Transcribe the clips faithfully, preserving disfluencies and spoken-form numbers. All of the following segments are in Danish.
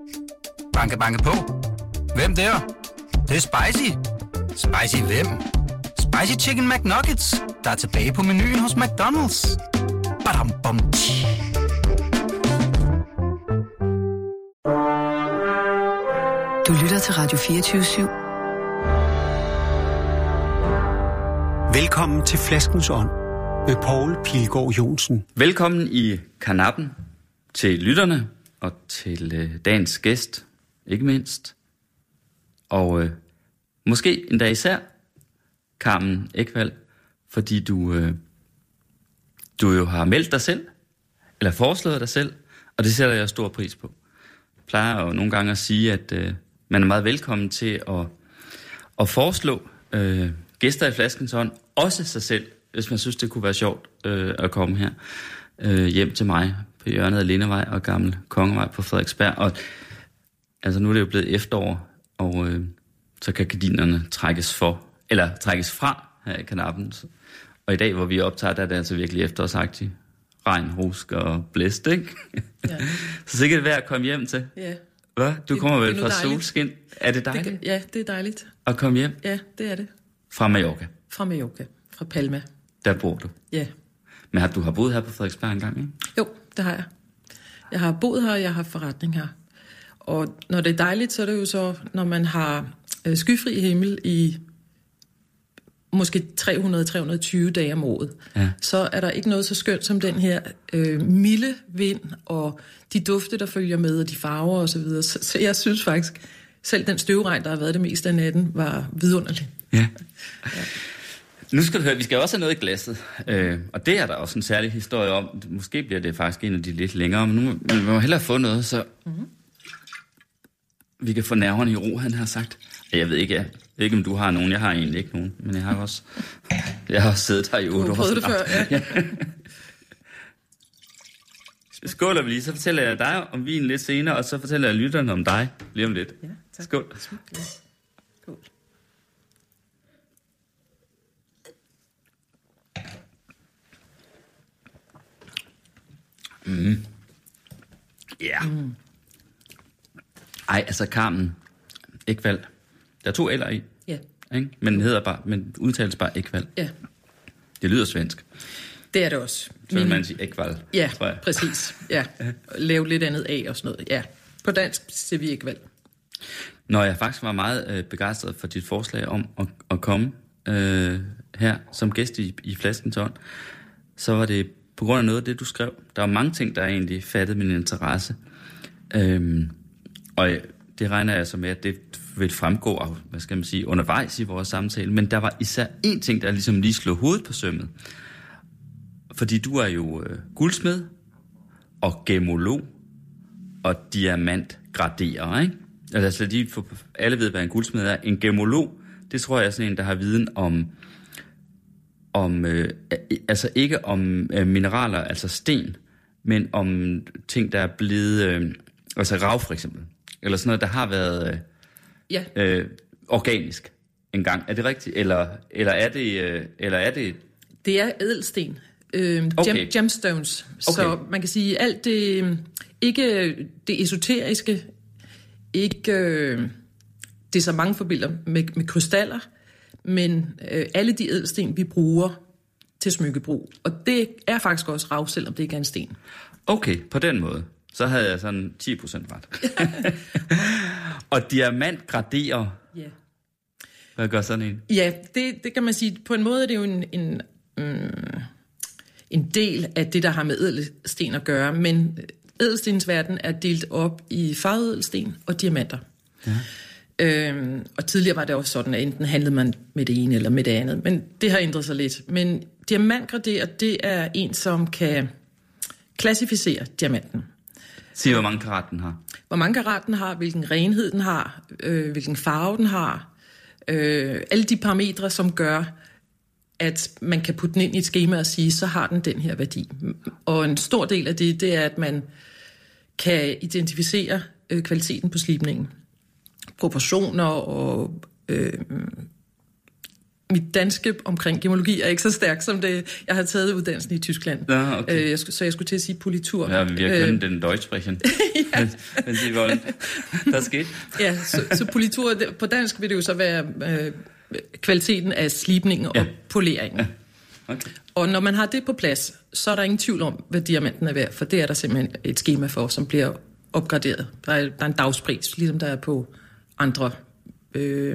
Banke, banke på. Hvem der? Det, det er spicy. Spicy hvem? Spicy Chicken McNuggets, der er tilbage på menuen hos McDonald's. Badum, bom, tji. Du lytter til Radio fireogtyve syv. Velkommen til Flaskens Ånd med Poul Pilgaard Johnsen. Velkommen i karnappen til lytterne og til øh, dagens gæst, ikke mindst. Og øh, måske endda især Carmen Ekvald, fordi du, øh, du jo har meldt dig selv, eller foreslået dig selv, og det sætter jeg stor pris på. Jeg plejer jo nogle gange at sige, at øh, man er meget velkommen til at, at foreslå øh, gæster i Flaskens Ånd, også sig selv, hvis man synes, det kunne være sjovt øh, at komme her øh, hjem til mig på hjørnet af Lindevej og Gammel Kongevej på Frederiksberg. Og altså nu er det jo blevet efterår, og øh, så kan gardinerne trækkes for, eller trækkes fra her i karnappen. Og i dag, hvor vi optager, der er det altså virkelig efterårsagtigt. Regn, rusk og blæst, ikke? Ja. Så sikkert er det værd at komme hjem til. Ja. Hvad? Du det, kommer vel fra dejligt. solskin? Er det dejligt? Det, ja, det er dejligt. At komme hjem? Ja, det er det. Fra Mallorca? Fra Mallorca. Fra Palma. Der bor du? Ja. Men har du har boet her på Frederiksberg en gang, ikke? Jo, det har jeg. Jeg har boet her, og jeg har forretning her. Og når det er dejligt, så er det jo så, når man har øh, skyfri himmel i måske tre hundrede til tre hundrede og tyve dage om året, ja. Så er der ikke noget så skønt som den her øh, milde vind, og de dufte, der følger med, og de farver og så videre. Så, så jeg synes faktisk, selv den støvregn, der har været det meste af natten, var vidunderlig. Ja. Ja. Nu skal du høre, vi skal også have noget i glasset, øh, og det er der også en særlig historie om. Måske bliver det faktisk en af de lidt længere, men nu må vi må hellere få noget, så mm-hmm. vi kan få nerverne i ro, han har sagt. Jeg ved ikke, jeg ved ikke, om du har nogen. Jeg har egentlig ikke nogen, men jeg har også, jeg har også siddet her i otte år. Du har prøvet det før, ja. ja. Skåler vi lige, så fortæller jeg dig om vinen lidt senere, og så fortæller jeg lytterne om dig lige om lidt. Ja, tak. Skål. Skål. Mm. Ja. Yeah. Mm. Ej, altså Carmen Ekvald. Der er to L'er i. Ja. Ikke? Men den hedder bare, men udtales bare Ekvald. Ja. Det lyder svensk. Det er det også. Så vil man sige Ekvald. Ja, præcis. Ja. Lave lidt andet af og sådan noget. Ja. På dansk siger vi Ekvald. Når jeg faktisk var meget øh, begejstret for dit forslag om at, at komme øh, her som gæst i, i Flaskens Ånd, så var det på grund af noget af det, du skrev. Der var mange ting, der egentlig fattede min interesse. Øhm, og det regner jeg så med, at det vil fremgå, hvad skal man sige, undervejs i vores samtale. Men der var især én ting, der ligesom lige slog hovedet på sømmet. Fordi du er jo øh, guldsmed og gemolog og diamantgraderer, ikke? Altså lige for, alle ved, hvad en guldsmed er. En gemolog, det tror jeg er sådan en, der har viden om, om øh, altså ikke om øh, mineraler, altså sten, men om ting, der er blevet, øh, altså rav for eksempel, eller sådan noget, der har været øh, ja. øh, organisk engang. Er det rigtigt? Eller, eller, er det, øh, eller er det... Det er ædelsten. Øh, okay. gem, gemstones. Okay. Så man kan sige, alt det, ikke det esoteriske, ikke øh, det, som mange forbilder med, med krystaller, men øh, alle de ædelsten, vi bruger til smykkebrug. Og det er faktisk også rav, selvom det ikke er en sten. Okay, på den måde. Så havde jeg sådan ti procent ret. Og diamantgraderer. Ja. Hvad gør sådan en? Ja, det, det kan man sige. På en måde er det jo en, en, um, en del af det, der har med ædelsten at gøre. Men ædelstensverden er delt op i farveædelsten og diamanter. Ja. Øhm, og tidligere var det også sådan, at enten handlede man med det ene eller med det andet. Men det har ændret sig lidt. Men diamantgraderer, det er en, som kan klassificere diamanten. Sig, hvor mange karat den har. Hvor mange karat den har, hvilken renhed den har, øh, hvilken farve den har. Øh, alle de parametre, som gør, at man kan putte den ind i et skema og sige, så har den den her værdi. Og en stor del af det, det er, at man kan identificere øh, kvaliteten på slibningen. Proportioner og øh, mit danske omkring gemologi er ikke så stærk som det. Jeg har taget uddannelsen i Tyskland. Ja, okay. øh, jeg, så jeg skulle til at sige politur. Ja, vi har øh, kønt den Deutsch sprechen. Ja. Men det var der skete. Ja, så, så politur, på dansk vil det jo så være øh, kvaliteten af slibningen og ja. poleringen. Ja. Okay. Og når man har det på plads, så er der ingen tvivl om, hvad diamanten er værd, for det er der simpelthen et skema for, som bliver opgraderet. Der er, der er en dagspris, ligesom der er på andre øh,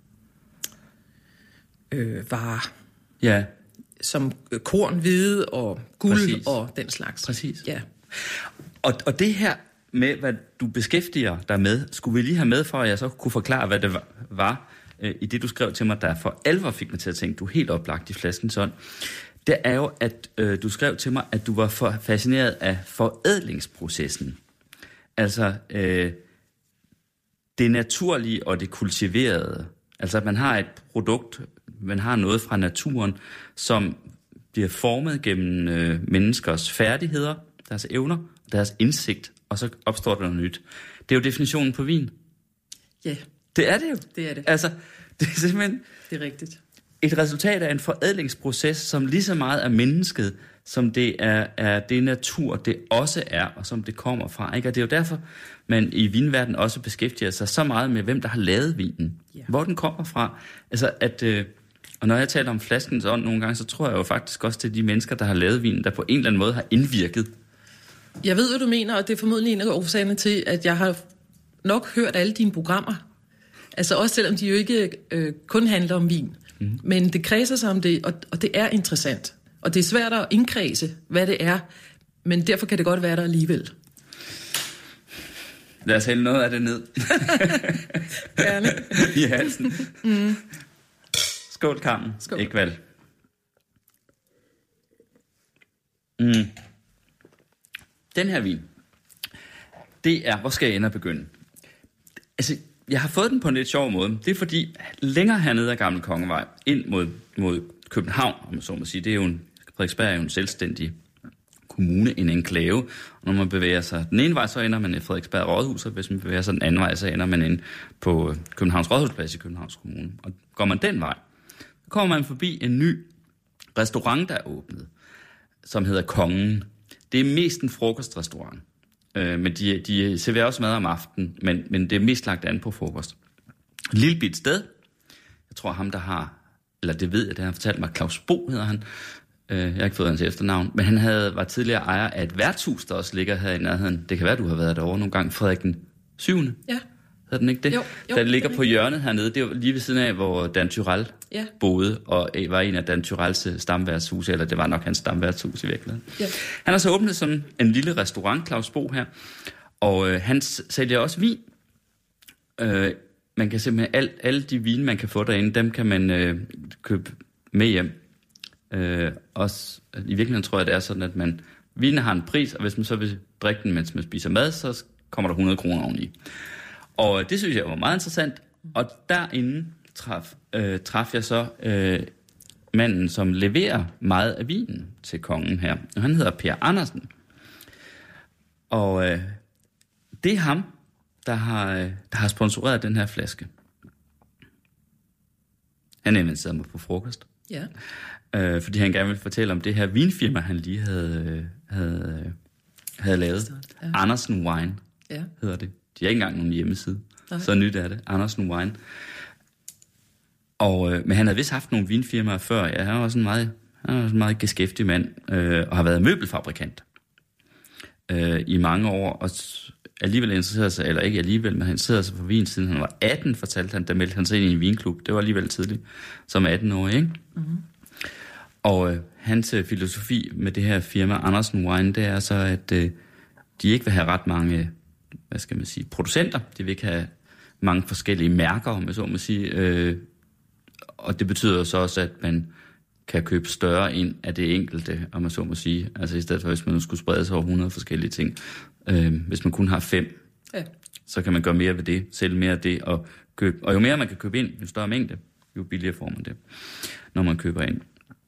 øh, varer. Ja. Som korn, hvede og guld. Præcis. Og den slags. Præcis. Ja. Og, og det her med, hvad du beskæftiger dig med, skulle vi lige have med, for at jeg så kunne forklare, hvad det var, var øh, i det, du skrev til mig, der for alvor fik mig til at tænke, du er helt oplagt i flaskens ånd. Det er jo, at øh, du skrev til mig, at du var for fascineret af forædlingsprocessen. Altså øh, det naturlige og det kultiverede. Altså at man har et produkt, man har noget fra naturen, som bliver formet gennem øh, menneskers færdigheder, deres evner, deres indsigt, og så opstår der noget nyt. Det er jo definitionen på vin. Ja. Det er det jo. Det er det. Altså, det er simpelthen... Det er rigtigt. Et resultat af en forædlingsproces, som lige så meget er mennesket, som det er, er det natur, det også er, og som det kommer fra. Ikke? Og det er jo derfor, man i vinverdenen også beskæftiger sig så meget med, hvem der har lavet vinen. Ja. Hvor den kommer fra. Altså, at... Øh, og når jeg taler om flaskens ånd nogle gange, så tror jeg jo faktisk også til de mennesker, der har lavet vinen, der på en eller anden måde har indvirket. Jeg ved, hvad du mener, og det er formodentlig en af årsagerne til, at jeg har nok hørt alle dine programmer. Altså også selvom de jo ikke øh, kun handler om vin. Mm. Men det kredser sig om det, og, og det er interessant. Og det er svært at indkredse, hvad det er, men derfor kan det godt være der alligevel. Lad os hælde noget af det ned. Gerne. I halsen. Mm. Skål, Carmen. Skål. Ikke vel? Mm. Den her vin, det er, hvor skal jeg ende at begynde? Altså, jeg har fået den på en lidt sjov måde. Det er fordi, længere hernede af Gamle Kongevej, ind mod, mod København, om man så må sige, det er jo en, Frederiksberg er jo en selvstændig kommune, en enklave. Og når man bevæger sig den ene vej, så ender man i Frederiksberg Rådhus, og hvis man bevæger sig den anden vej, så ender man ind på Københavns Rådhusplads i Københavns Kommune. Og går man den vej, så kommer man forbi en ny restaurant, der er åbnet, som hedder Kongen. Det er mest en frokostrestaurant, øh, men de, de serverer også mad om aftenen, men, men det er mest lagt an på frokost. Et lille bit sted. Jeg tror ham, der har, eller det ved jeg, det har han fortalt mig, Claus Bo hedder han. Øh, jeg har ikke fået hans efternavn, men han havde, var tidligere ejer af et værtshus, der også ligger her i nærheden. Det kan være, du har været derovre nogle gange. Frederik den syvende. Ja. Hedder den ikke det? Jo, jo, der ligger på hjørnet hernede. Det er lige ved siden af, hvor Dan Tyrell ja. boede, og var en af Dan Tyrells stamværtshuse, eller det var nok hans stamværtshus i virkeligheden. Ja. Han har så åbnet som en lille restaurant, Claus Bo her, og øh, han sælger også vin. Øh, man kan simpelthen, al, alle de vine, man kan få derinde, dem kan man øh, købe med hjem. Øh, også, I virkeligheden tror jeg, det er sådan, at man, vinen har en pris, og hvis man så vil drikke den, mens man spiser mad, så kommer der hundrede kroner oveni. Og det synes jeg var meget interessant. Og derinde traf, øh, traf jeg så øh, manden, som leverer meget af vinen til kongen her. Og han hedder Per Andersen. Og øh, det er ham, der har, øh, der har sponsoreret den her flaske. Han inviterede mig på frokost. Ja. Øh, fordi han gerne ville fortælle om det her vinfirma, han lige havde, havde, øh, havde lavet. Ja. Andersen Wine ja. hedder det. De har ikke engang nogen hjemmeside. Nej. Så nyt er det. Andersen Wine. Og, øh, men han havde vist haft nogle vinfirmaer før. Ja, han var også en meget, han var også en meget geskæftig mand, øh, og har været møbelfabrikant øh, i mange år. Og alligevel interesserede sig, eller ikke alligevel, men han interesserede sig for vin, siden han var atten, fortalte han. Der meldte han sig ind i en vinklub. Det var alligevel tidligt, som atten-årig, ikke? Mm-hmm. Og øh, hans øh, filosofi med det her firma, Andersen Wine, det er så, at øh, de ikke vil have ret mange, hvad skal man sige, producenter. De vil ikke have mange forskellige mærker, om jeg så må sige. Øh, og det betyder så også, at man kan købe større ind af det enkelte, om man så må sige. Altså i stedet for, hvis man nu skulle sprede sig over hundrede forskellige ting. Øh, hvis man kun har fem, ja. så kan man gøre mere ved det, sælge mere af det, og, købe, og jo mere man kan købe ind, jo større mængde, jo billigere får man det, når man køber ind.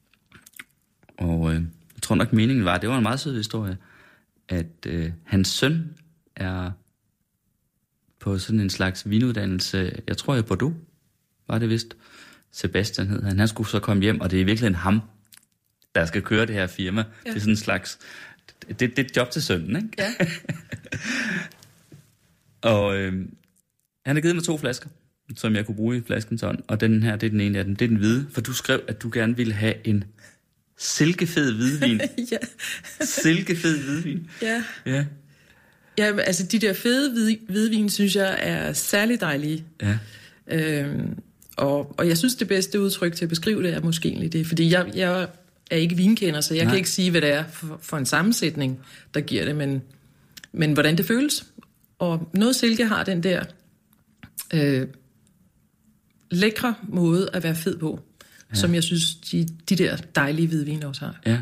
Og øh, jeg tror nok, meningen var, det var en meget sød historie, at øh, hans søn er på sådan en slags vinuddannelse, jeg tror i Bordeaux, var det vist, Sebastian hed han, han skulle så komme hjem, og det er i virkeligheden ham, der skal køre det her firma. Ja. Det er sådan en slags, det, det er et job til sønnen, ikke? Ja. Og øh, han har givet mig to flasker, som jeg kunne bruge i flaskens ånd, og den her, det er den ene af dem, det er den hvide, for du skrev, at du gerne ville have en silkefed hvidvin. Ja. Silkefed hvidvin. Ja. Ja. Ja, altså de der fede hvid, hvidvin, synes jeg er særlig dejlige. Ja. Øhm, og, og jeg synes, det bedste udtryk til at beskrive det er måske egentlig det. Fordi jeg, jeg er ikke vinkender, så jeg Nej. kan ikke sige, hvad det er for, for en sammensætning, der giver det, men, men hvordan det føles. Og noget silke har den der øh, lækre måde at være fed på, ja. Som jeg synes, de, de der dejlige hvidvin også har. Ja.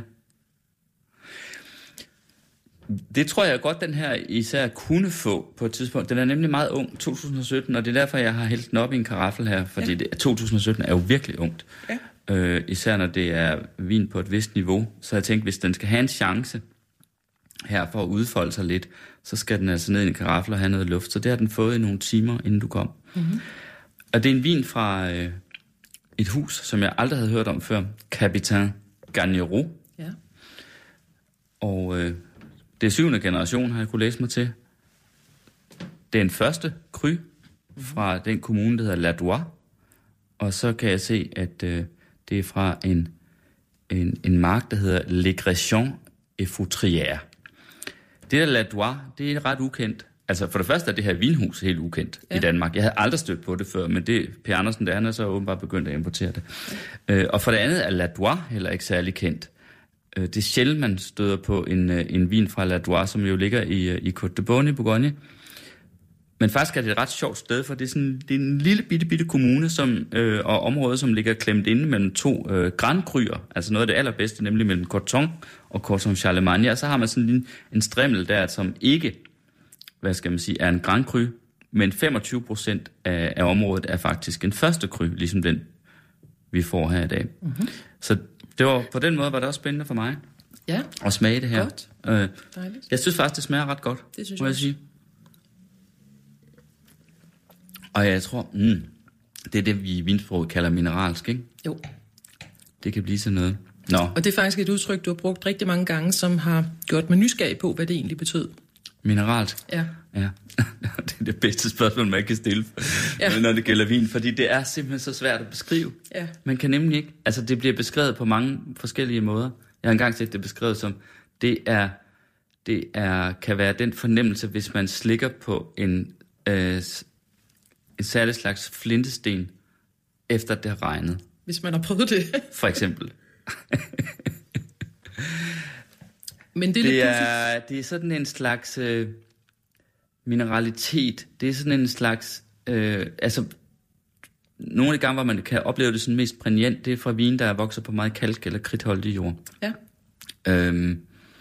Det tror jeg godt, den her især kunne få på et tidspunkt. Den er nemlig meget ung, to tusind og sytten, og det er derfor, jeg har hældt den op i en karaffel her, fordi ja. det, to tusind og sytten er jo virkelig ungt. Ja. Øh, især når det er vin på et vist niveau. Så jeg tænkte, hvis den skal have en chance her for at udfolde sig lidt, så skal den altså ned i en karaffel og have noget luft. Så det har den fået i nogle timer, inden du kom. Mm-hmm. Og det er en vin fra øh, et hus, som jeg aldrig havde hørt om før. Capitaine Garnerot. Ja. Og øh, det er syvende generation, har jeg kunne læse mig til. Det er en første cru fra den kommune, der hedder La Doire. Og så kan jeg se, at øh, det er fra en, en, en mark, der hedder Les Grecians et Foutrières. Det der La Doire, det er ret ukendt. Altså for det første er det her vinhus helt ukendt ja. i Danmark. Jeg havde aldrig stødt på det før, men det Per Andersen, der han er så åbenbart begyndt at importere det. Øh, og for det andet er La Doire heller ikke særlig kendt. Øh, det er sjældent, man støder på en, en vin fra La Doire, som jo ligger i, i Côte de Beaune i Bourgogne. Men faktisk er det et ret sjovt sted, for det er, sådan, det er en lille bitte, bitte kommune som, øh, og område, som ligger klemt inde mellem to øh, Grand Cryer, altså noget af det allerbedste, nemlig mellem Corton og Corton Charlemagne. Og så har man sådan en, en strimmel der, som ikke, hvad skal man sige, er en Grand Cru, men femogtyve procent af, af området er faktisk en første cru, ligesom den, vi får her i dag. Mm-hmm. Så det var, på den måde var det også spændende for mig ja. at smage det her. Godt. Øh, jeg synes faktisk, det smager ret godt, det synes må jeg, jeg sige. Og jeg tror, mm, det er det, vi i vinsproget kalder mineralsk, ikke? Jo. Det kan blive sådan noget. Nå. Og det er faktisk et udtryk, du har brugt rigtig mange gange, som har gjort mig nysgerrig på, hvad det egentlig betød. Mineralsk? Ja. Ja. Det er det bedste spørgsmål, man kan stille, ja. når det gælder vin, fordi det er simpelthen så svært at beskrive. Ja. Man kan nemlig ikke, altså det bliver beskrevet på mange forskellige måder. Jeg har engang set det beskrevet som, det er, det er, kan være den fornemmelse, hvis man slikker på en... Øh, en særlig slags flintesten, efter det har regnet. Hvis man har prøvet det. For eksempel. Men det er, det er, det er sådan en slags øh, mineralitet. Det er sådan en slags... Øh, altså, nogle af de gange, hvor man kan opleve det sådan mest prægnant, det er fra vin, der vokser på meget kalk- eller kridtholdig jord. Ja. Øhm,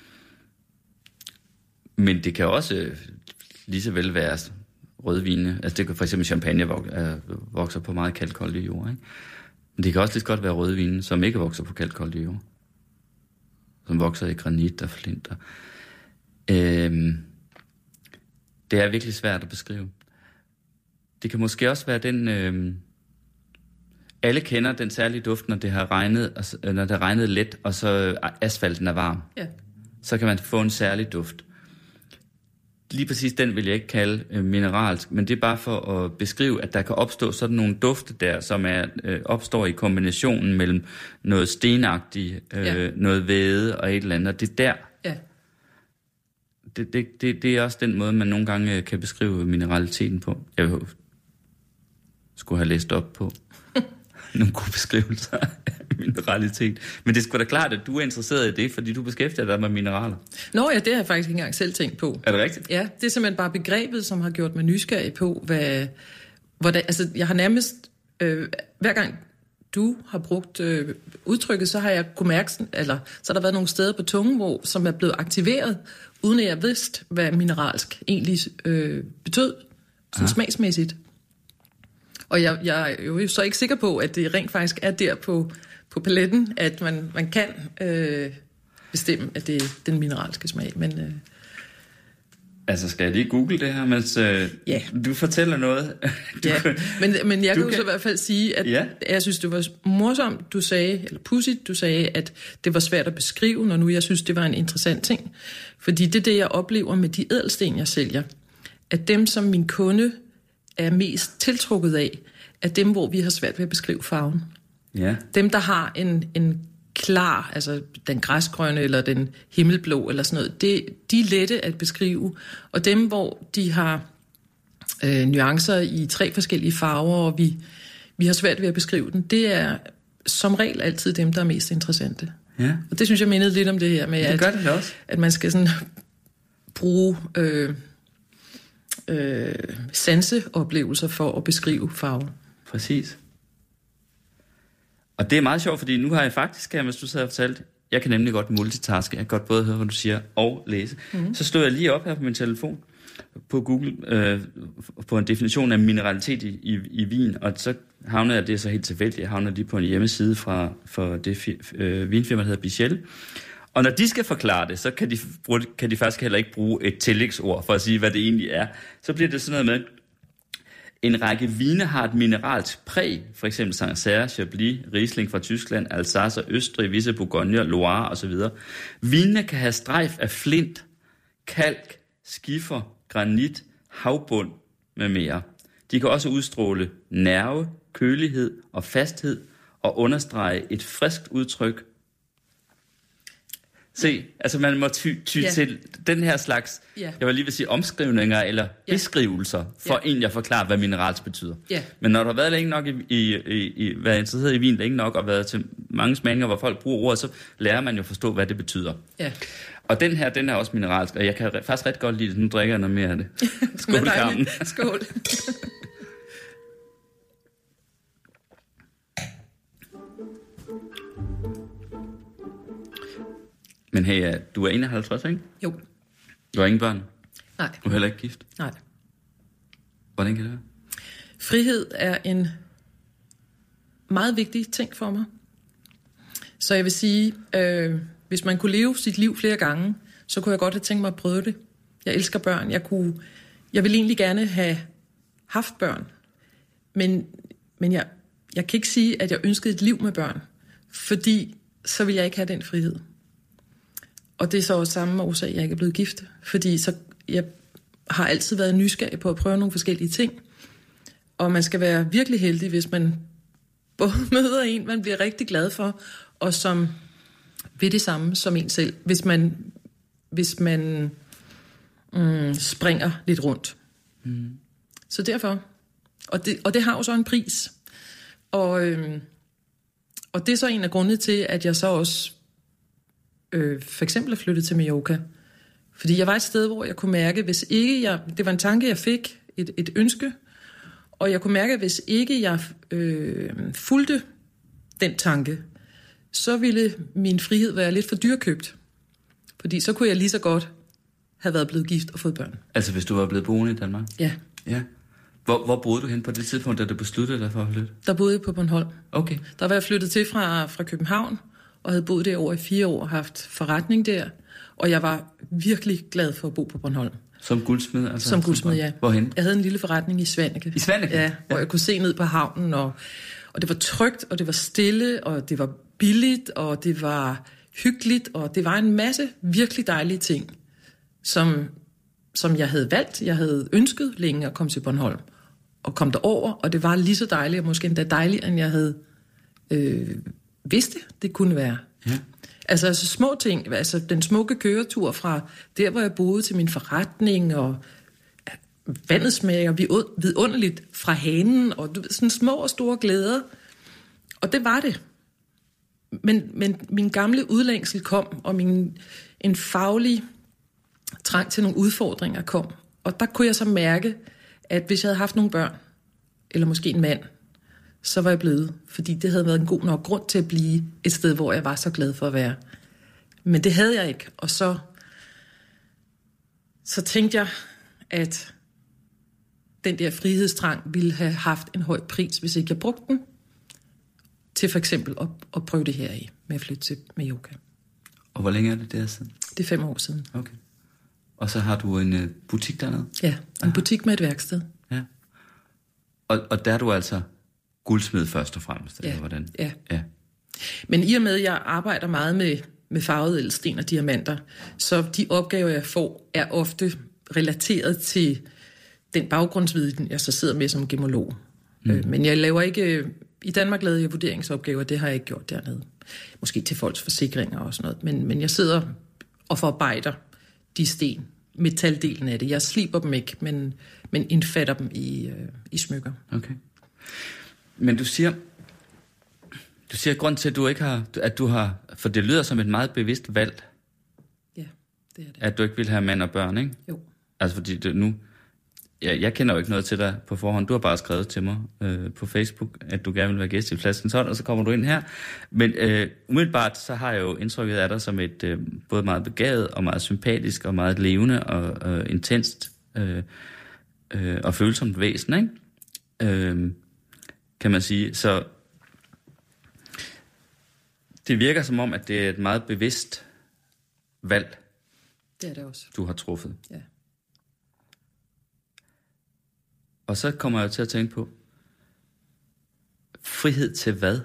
men det kan også øh, lige så vel være... rødvine, altså det kan for eksempel champagne vokser på meget kalkholdig jord, ikke? Men det kan også lidt godt være rødvine, som ikke vokser på kalkholdig jord. Som vokser i granit og flinter. Øhm, det er virkelig svært at beskrive. Det kan måske også være den... Øhm, alle kender den særlige duft, når det har regnet, og, når det har regnet let, og så asfalten er varm. Ja. Så kan man få en særlig duft. Lige præcis den vil jeg ikke kalde øh, mineralsk, men det er bare for at beskrive, at der kan opstå sådan nogle dufte der, som er, øh, opstår i kombinationen mellem noget stenagtigt, øh, ja. noget væde og et eller andet. Og det er der. Ja. Det, det, det, det er også den måde, man nogle gange kan beskrive mineraliteten på. Jeg vil, skulle have læst op på nogle gode beskrivelser af mineralitet. Men det er sgu da klart, at du er interesseret i det, fordi du beskæftiger dig med mineraler. Nå ja, det har jeg faktisk ikke engang selv tænkt på. Er det rigtigt? Ja, det er simpelthen bare begrebet, som har gjort mig nysgerrig på, hvad... Hvordan, altså, jeg har nærmest... Øh, hver gang du har brugt øh, udtrykket, så har jeg kunne mærke, eller så har der været nogle steder på tungen, hvor, som er blevet aktiveret, uden at jeg vidste, hvad mineralsk egentlig øh, betød, sådan smagsmæssigt. Og jeg, jeg er jo så ikke sikker på, at det rent faktisk er der på, på paletten, at man, man kan øh, bestemme, at det er den mineralske smag. Men, øh, Altså, skal jeg lige google det her, mens øh, ja. du fortæller noget? du, ja, men, men jeg kan jo kan... så i hvert fald sige, at ja. jeg synes, det var morsomt, du sagde, eller pudsigt, du sagde, at det var svært at beskrive, når nu jeg synes, det var en interessant ting. Fordi det er det, jeg oplever med de ædelsten, jeg sælger. At dem, som min kunde er mest tiltrukket af, er dem, hvor vi har svært ved at beskrive farven. Ja. Dem, der har en, en klar, altså den græsgrønne eller den himmelblå eller sådan noget, det, de er lette at beskrive. Og dem, hvor de har øh, nuancer i tre forskellige farver, og vi, vi har svært ved at beskrive den, det er som regel altid dem, der er mest interessante. Ja. Og det synes jeg mindede lidt om det her med, det at, gør det også. at man skal sådan bruge øh, øh, sanseoplevelser for at beskrive farver. Præcis. Og det er meget sjovt, fordi nu har jeg faktisk, hvis du sad og fortalte, jeg kan nemlig godt multitaske, jeg kan godt både høre, hvad du siger, og læse. Mm-hmm. Så stod jeg lige op her på min telefon, på Google, øh, på en definition af mineralitet i, i, i vin, og så havnede jeg, det er så helt tilfældigt, jeg havnede lige på en hjemmeside fra, for det øh, vinfirma, der hedder Bichel. Og når de skal forklare det, så kan de, kan de faktisk heller ikke bruge et tillægsord for at sige, hvad det egentlig er. Så bliver det sådan noget med, en række vine har et mineralsk præg, for eksempel Sancerre, Chablis, Riesling fra Tyskland, Alsace, Østrig, visse Bourgogne, Loire osv. Vinene kan have strejf af flint, kalk, skifer, granit, havbund med mere. De kan også udstråle nerve, kølighed og fasthed og understrege et friskt udtryk. Se, altså man må ty, ty yeah. til den her slags, yeah. jeg vil lige vil sige omskrivninger eller yeah. beskrivelser, for yeah. egentlig at forklare, hvad minerals betyder. Yeah. Men når du har været længe nok i, i, i, i været interesseret i vin længe nok, og været til mange smagninger, hvor folk bruger ordet, så lærer man jo at forstå, hvad det betyder. Yeah. Og den her, den er også mineralsk, og jeg kan faktisk ret godt lide det. Nu drikker jeg noget mere af det. Skål, Carmen. Skål. Men hey, du er enoghalvtreds, ikke? Jo. Du har ingen børn? Nej. Du er heller ikke gift? Nej. Hvordan kan det være? Frihed er en meget vigtig ting for mig. Så jeg vil sige, øh, hvis man kunne leve sit liv flere gange, så kunne jeg godt have tænkt mig at prøve det. Jeg elsker børn. Jeg, kunne, jeg vil egentlig gerne have haft børn. Men, men jeg, jeg kan ikke sige, at jeg ønskede et liv med børn. Fordi så vil jeg ikke have den frihed. Og det er så også samme årsag, jeg ikke er blevet gift. Fordi så, jeg har altid været nysgerrig på at prøve nogle forskellige ting. Og man skal være virkelig heldig, hvis man både møder en, man bliver rigtig glad for, og som vil det samme som en selv, hvis man, hvis man mm, springer lidt rundt. Mm. Så derfor. Og det, og det har jo så en pris. Og, øhm, og det er så en af grundene til, at jeg så også øh, for eksempel er flyttet til Mallorca. Fordi jeg var et sted, hvor jeg kunne mærke, hvis ikke jeg... Det var en tanke, jeg fik, et, et ønske, og jeg kunne mærke, at hvis ikke jeg øh, fulgte den tanke, så ville min frihed være lidt for dyrkøbt. Fordi så kunne jeg lige så godt have været blevet gift og fået børn. Altså hvis du var blevet boende i Danmark? Ja. Ja. Hvor, hvor boede du hen på det tidspunkt, da du besluttede dig for at flytte? Der boede jeg på Bornholm. Okay. Der var jeg flyttet til fra, fra København, og havde boet derovre i fire år og haft forretning der. Og jeg var virkelig glad for at bo på Bornholm. Som guldsmed? Altså, som guldsmed, ja. Hvorhen? Jeg havde en lille forretning i Svaneke. I Svaneke? Ja, hvor ja. jeg kunne se ned på havnen, og, og det var trygt, og det var stille, og det var billigt, og det var hyggeligt, og det var en masse virkelig dejlige ting, som, som jeg havde valgt. Jeg havde ønsket længe at komme til Bornholm, og kom derover, og det var lige så dejligt, og måske endda dejligere, end jeg havde øh, vidst det, det kunne være. Ja. Altså, altså små ting, altså den smukke køretur fra der, hvor jeg boede, til min forretning, og vandet smager vidunderligt fra hanen, og du ved, sådan små og store glæder. Og det var det. Men, men min gamle udlængsel kom, og min, en faglig trang til nogle udfordringer kom. Og der kunne jeg så mærke, at hvis jeg havde haft nogle børn, eller måske en mand, så var jeg blevet, fordi det havde været en god nok grund til at blive et sted, hvor jeg var så glad for at være. Men det havde jeg ikke, og så, så tænkte jeg, at den der frihedstrang ville have haft en høj pris, hvis ikke jeg brugte den, til for eksempel at, at prøve det her af, med at flytte til Mallorca. Og hvor længe er det der siden? Det er fem år siden. Okay. Og så har du en øh, butik dernede? Ja, en Aha. butik med et værksted. Ja. Og, og der er du altså guldsmed først og fremmest, ja. eller hvordan? Ja. ja. Men i og med, at jeg arbejder meget med, med farvede ædelsten og diamanter, så de opgaver, jeg får, er ofte relateret til den baggrundsviden, jeg så sidder med som gemolog. Mm. Øh, men jeg laver ikke... I Danmark lavede jeg vurderingsopgaver, det har jeg ikke gjort dernede. Måske til folks forsikringer og sådan noget. Men, men jeg sidder og forarbejder de sten, metaldelen af det. Jeg sliber dem ikke, men, men indfatter dem i, øh, i smykker. Okay. Men du siger... Du siger, at grund til, at du ikke har... At du har, for det lyder som et meget bevidst valg. Ja, det er det. At du ikke vil have mand og børn, ikke? Jo. Altså, fordi det nu... Ja, jeg kender jo ikke noget til dig på forhånd. Du har bare skrevet til mig øh, på Facebook, at du gerne vil være gæst i Flaskens Hånd, og så kommer du ind her. Men øh, umiddelbart, så har jeg jo indtrykket af dig som et øh, både meget begavet og meget sympatisk og meget levende og øh, intenst øh, øh, og følsomt væsen, ikke? Øh, kan man sige. Så det virker som om, at det er et meget bevidst valg, det er det også. Du har truffet. Ja. Og så kommer jeg til at tænke på, frihed til hvad?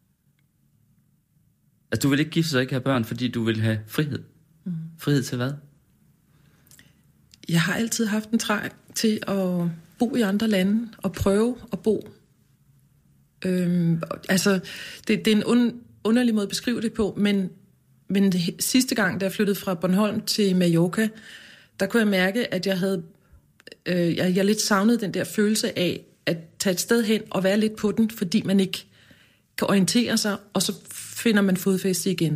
Altså, du vil ikke gifte sig og ikke have børn, fordi du vil have frihed. Mm. Frihed til hvad? Jeg har altid haft en trang til at bo i andre lande og prøve at bo. Øhm, altså, det, det er en un, underlig måde at beskrive det på, men, men det, sidste gang, da jeg flyttede fra Bornholm til Mallorca, der kunne jeg mærke, at jeg havde øh, jeg, jeg lidt savnede den der følelse af at tage et sted hen og være lidt på den, fordi man ikke kan orientere sig, og så finder man fodfæste igen.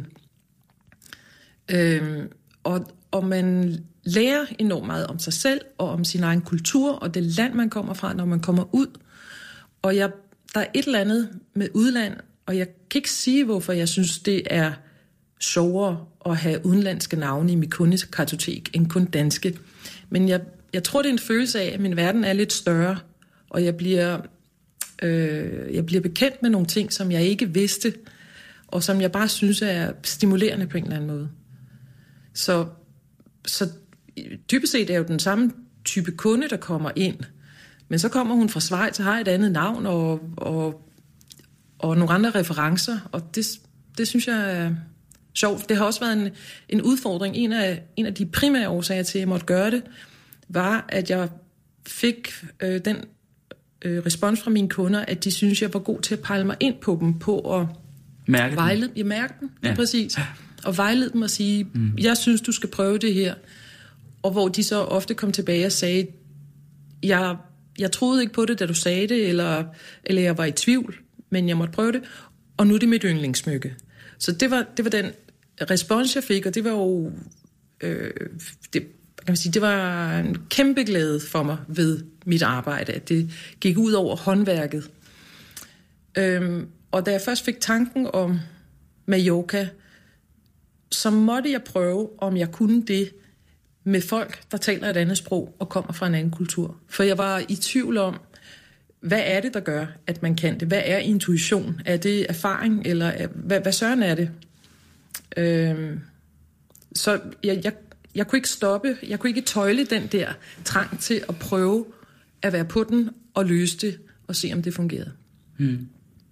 Øhm, og, og man lærer enormt meget om sig selv og om sin egen kultur og det land, man kommer fra, når man kommer ud. Og jeg, der er et eller andet med udland, og jeg kan ikke sige, hvorfor jeg synes, det er sjovere at have udenlandske navne i mit kundekartotek end kun danske. Men jeg, jeg tror, det er en følelse af, at min verden er lidt større, og jeg bliver, øh, jeg bliver bekendt med nogle ting, som jeg ikke vidste, og som jeg bare synes er stimulerende på en eller anden måde. Så, så typisk set er jo den samme type kunde, der kommer ind, men så kommer hun fra Schweiz og har et andet navn og, og, og nogle andre referencer, og det, det synes jeg er sjovt. Det har også været en, en udfordring. En af, en af de primære årsager til, at jeg måtte gøre det, var, at jeg fik øh, den øh, respons fra mine kunder, at de synes, jeg var god til at pejle mig ind på dem, på at mærke vejlede dem. Jeg mærke dem, ja. Præcis. Og vejlede dem og sige, mm. jeg synes, du skal prøve det her. Og hvor de så ofte kom tilbage og sagde, jeg, jeg troede ikke på det, da du sagde det, eller, eller jeg var i tvivl, men jeg måtte prøve det, og nu er det mit yndlingssmykke. Så det var, det var den respons, jeg fik, og det var jo øh, det, kan man sige, det var en kæmpe glæde for mig ved mit arbejde, at det gik ud over håndværket. Øhm, og da jeg først fik tanken om Mallorca, så måtte jeg prøve, om jeg kunne det med folk, der taler et andet sprog og kommer fra en anden kultur. For jeg var i tvivl om, hvad er det, der gør, at man kan det? Hvad er intuition? Er det erfaring, eller er, hvad, hvad søren er det? Øhm, så jeg, jeg, jeg kunne ikke stoppe, jeg kunne ikke tøjle den der trang til at prøve at være på den og løse det og se, om det fungerede. Hmm.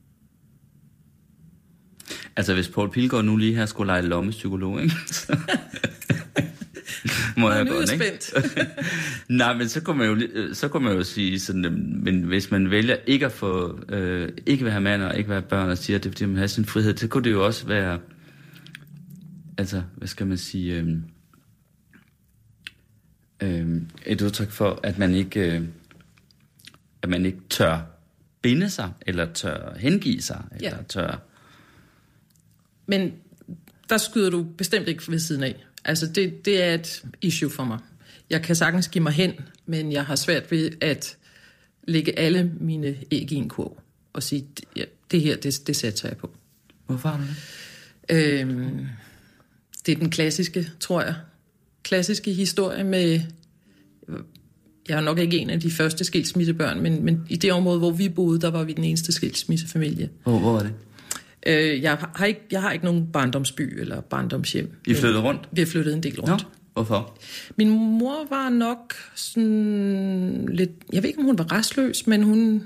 Altså, hvis Poul Pilgaard nu lige her skulle lege lommepsykolog, ikke? Må jeg nu er jeg ikke? spændt. Nej, men så kunne man jo, så kunne man jo sige sådan, men hvis man vælger ikke at få, øh, ikke vil have mand og ikke vil have børn og siger, at det er fordi man har sin frihed, så kunne det jo også være, altså, hvad skal man sige, øh, øh, et udtryk for, at man ikke, øh, at man ikke tør binde sig, eller tør hengive sig, eller ja. tør. Men der skyder du bestemt ikke ved siden af. Altså, det, det er et issue for mig. Jeg kan sagtens give mig hen, men jeg har svært ved at lægge alle mine æg i en kurv og sige, ja, det her, det, det sætter jeg på. Hvorfor har du det? Øhm, det er den klassiske, tror jeg, klassiske historie med, jeg er nok ikke en af de første skilsmissebørn, men, men i det område, hvor vi boede, der var vi den eneste skilsmissefamilie. Hvor, hvor var det? Øh, jeg, har ikke, jeg har ikke nogen barndomsby eller barndomshjem. I flyttede rundt? Vi har flyttet en del rundt. Hvorfor? Min mor var nok sådan lidt... Jeg ved ikke, om hun var restløs, men hun...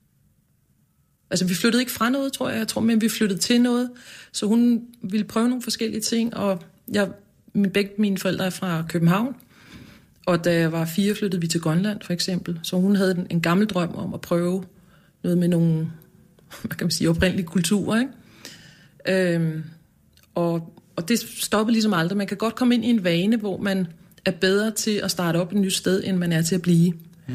Altså, vi flyttede ikke fra noget, tror jeg. Jeg tror, men vi flyttede til noget. Så hun ville prøve nogle forskellige ting, og jeg, min, begge mine forældre er fra København. Og da jeg var fire, flyttede vi til Grønland, for eksempel. Så hun havde en, en gammel drøm om at prøve noget med nogle, hvad kan man sige, oprindelige kulturer, ikke? Øhm, og, og det stoppede ligesom aldrig. Man kan godt komme ind i en vane, hvor man er bedre til at starte op et nyt sted, end man er til at blive. Ja.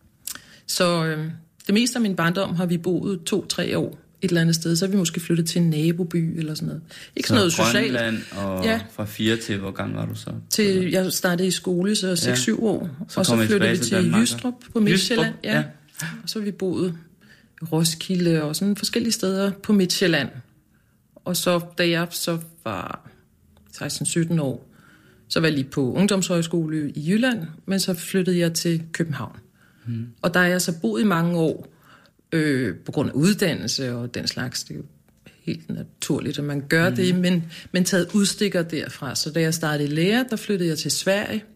Så øhm, det meste af min barndom har vi boet to-tre år et eller andet sted. Så er vi måske flyttet til en naboby eller sådan noget. Ikke så sådan noget socialt. Grønland, og ja. Fra fire til, hvor gammel var du så? Til, jeg startede i skole, så seks-syv ja. år. Så og så flyttede vi til Jystrup på Midtjylland. Ja. Ja. Og så har vi boet i Roskilde og sådan forskellige steder på Midtjylland. Og så, da jeg så var seksten-sytten år, så var jeg lige på ungdomshøjskole i Jylland, men så flyttede jeg til København. Hmm. Og der er jeg så boet i mange år, øh, på grund af uddannelse og den slags. Det er jo helt naturligt, at man gør hmm. det, men, men taget udstikker derfra. Så da jeg startede i lære, der flyttede jeg til Sverige,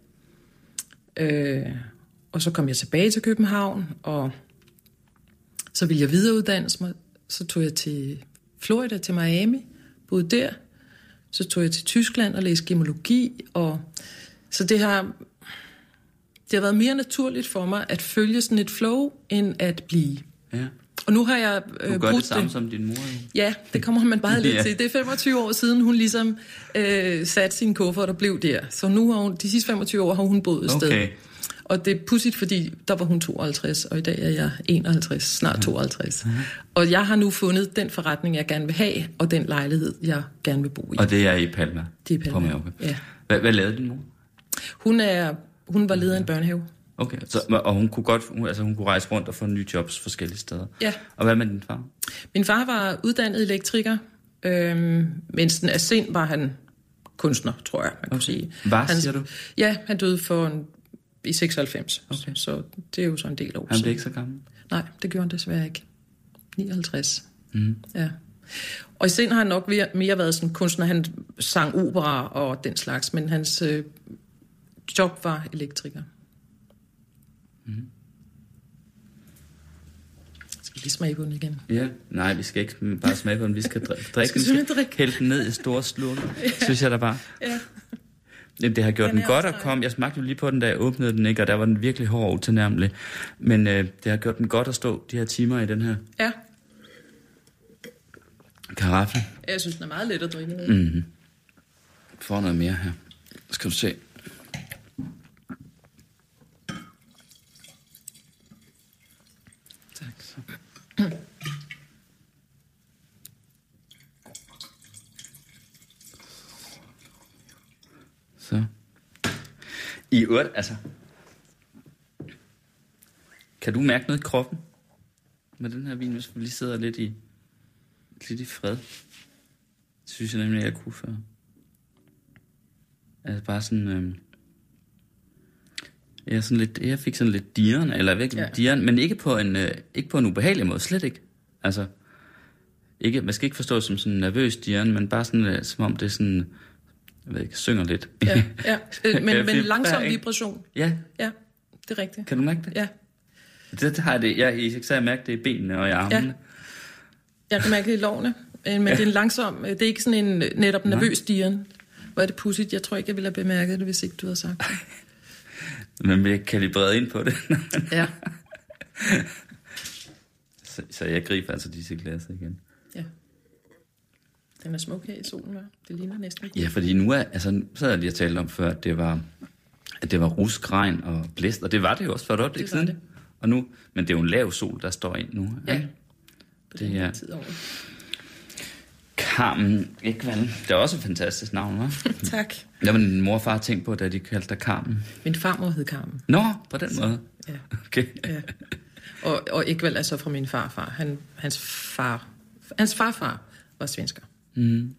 øh, og så kom jeg tilbage til København, og så ville jeg videreuddannes mig. Så tog jeg til Florida, til Miami, boede der. Så tog jeg til Tyskland og læste gemologi, og så det har, det har været mere naturligt for mig at følge sådan et flow, end at blive. Ja. Og nu har jeg øh, du gør det samme det. Som din mor, jo. Ja, det kommer man bare lidt ja. til. Det er femogtyve år siden, hun ligesom øh, satte sin kuffert og blev der. Så nu har hun, de sidste femogtyve år har hun boet et okay. sted. Og det er pudsigt, fordi der var hun tooghalvtreds, og i dag er jeg enoghalvtreds, snart tooghalvtreds. Ja. Og jeg har nu fundet den forretning, jeg gerne vil have, og den lejlighed, jeg gerne vil bo i. Og det er i Palma? Det er i Palma, ja. Hvad, hvad lavede din mor? Hun, er, hun var leder af en børnehave. Okay, så, og hun kunne godt, hun, altså hun kunne rejse rundt og få nye jobs forskellige steder. Ja. Og hvad med din far? Min far var uddannet elektriker, øhm, mens den af sind var han kunstner, tror jeg, man kunne okay. sige. Hvad han, siger du? Ja, han døde for en, i seksoghalvfems, okay. så det er jo så en del år Han blev ikke så gammel? Nej, det gjorde han desværre ikke. nioghalvtreds. Mm. Ja. Og i sind har han nok mere været sådan kunstner. Han sang opera og den slags, men hans øh, job var elektriker. Mm. Skal vi lige smage på den igen? Ja, nej, vi skal ikke bare smage på den. Vi skal drikke den. Vi skal drikke. hælde den ned i store slurker, ja. Synes jeg da bare. Ja. Jamen, det har gjort den, den godt at komme. Jeg smagte jo lige på den, da jeg åbnede den, ikke? Og der var den virkelig hård og utilnærmelig. Men øh, det har gjort den godt at stå de her timer i den her ja. karaffel. Jeg synes, den er meget let at drikke. Mm-hmm. Får noget mere her. Skal du se. Tak så. Så. I øvrigt, altså... Kan du mærke noget i kroppen med den her vin, hvis vi lige sidder lidt i, lidt i fred? Det synes jeg nemlig, jeg kunne før. Altså bare sådan... Øh, jeg, sådan lidt, jeg fik sådan lidt dirren, eller virkelig ja. dirren, men ikke på, en, øh, ikke på en ubehagelig måde, slet ikke. Altså, ikke, man skal ikke forstå som sådan en nervøs dirren, men bare sådan, øh, som om det er sådan... Jeg ved ikke, synger lidt. Ja, ja. men, men langsom vibration. Ja. Ja, det er rigtigt. Kan du mærke det? Ja. Det, det har jeg det. Jeg især jeg mærke det i benene og i armene. Ja. Jeg kan mærke det i lårene, men ja. det er en langsom, det er ikke sådan en netop nervøs dirren. Hvor er det pudsigt? Jeg tror ikke, jeg ville have bemærket det, hvis ikke du havde sagt det. Men vi kan kalibreret ind på det. Ja. så, så jeg griber altså disse glasser igen. Ja. Den er smuk her i solen, hva'? Det ligner næsten ikke. Ja, fordi nu er, altså, så havde jeg lige talt om før, at det var, at det var rusk, regn og blæst, og det var det jo også for et øjeblik siden. Det. Og nu, men det er jo en lav sol, der står ind nu. Ja, ja. på den her tid over. Carmen Ekvald. Det er også et fantastisk navn, hva'? Tak. Hvad var din mor og far tænkt på, da de kaldte dig Carmen? Min farmor hed Carmen. Nå, på den så, måde? Ja. Okay. Ja. Og, og Ekvald er så fra min farfar. Han, hans far, hans farfar var svensker. Mm.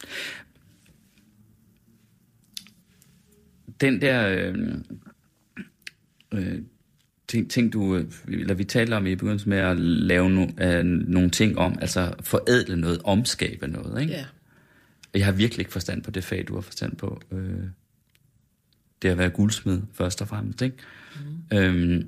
Den der øh, øh, ting, ting du, eller vi taler om i begyndelsen med at lave no, øh, nogle ting om, altså forædle noget, omskabe noget, ikke? Ja. Jeg har virkelig ikke forstand på det fag, du har forstand på. Øh, det at være guldsmed, først og fremmest, ikke? Mm. Øhm,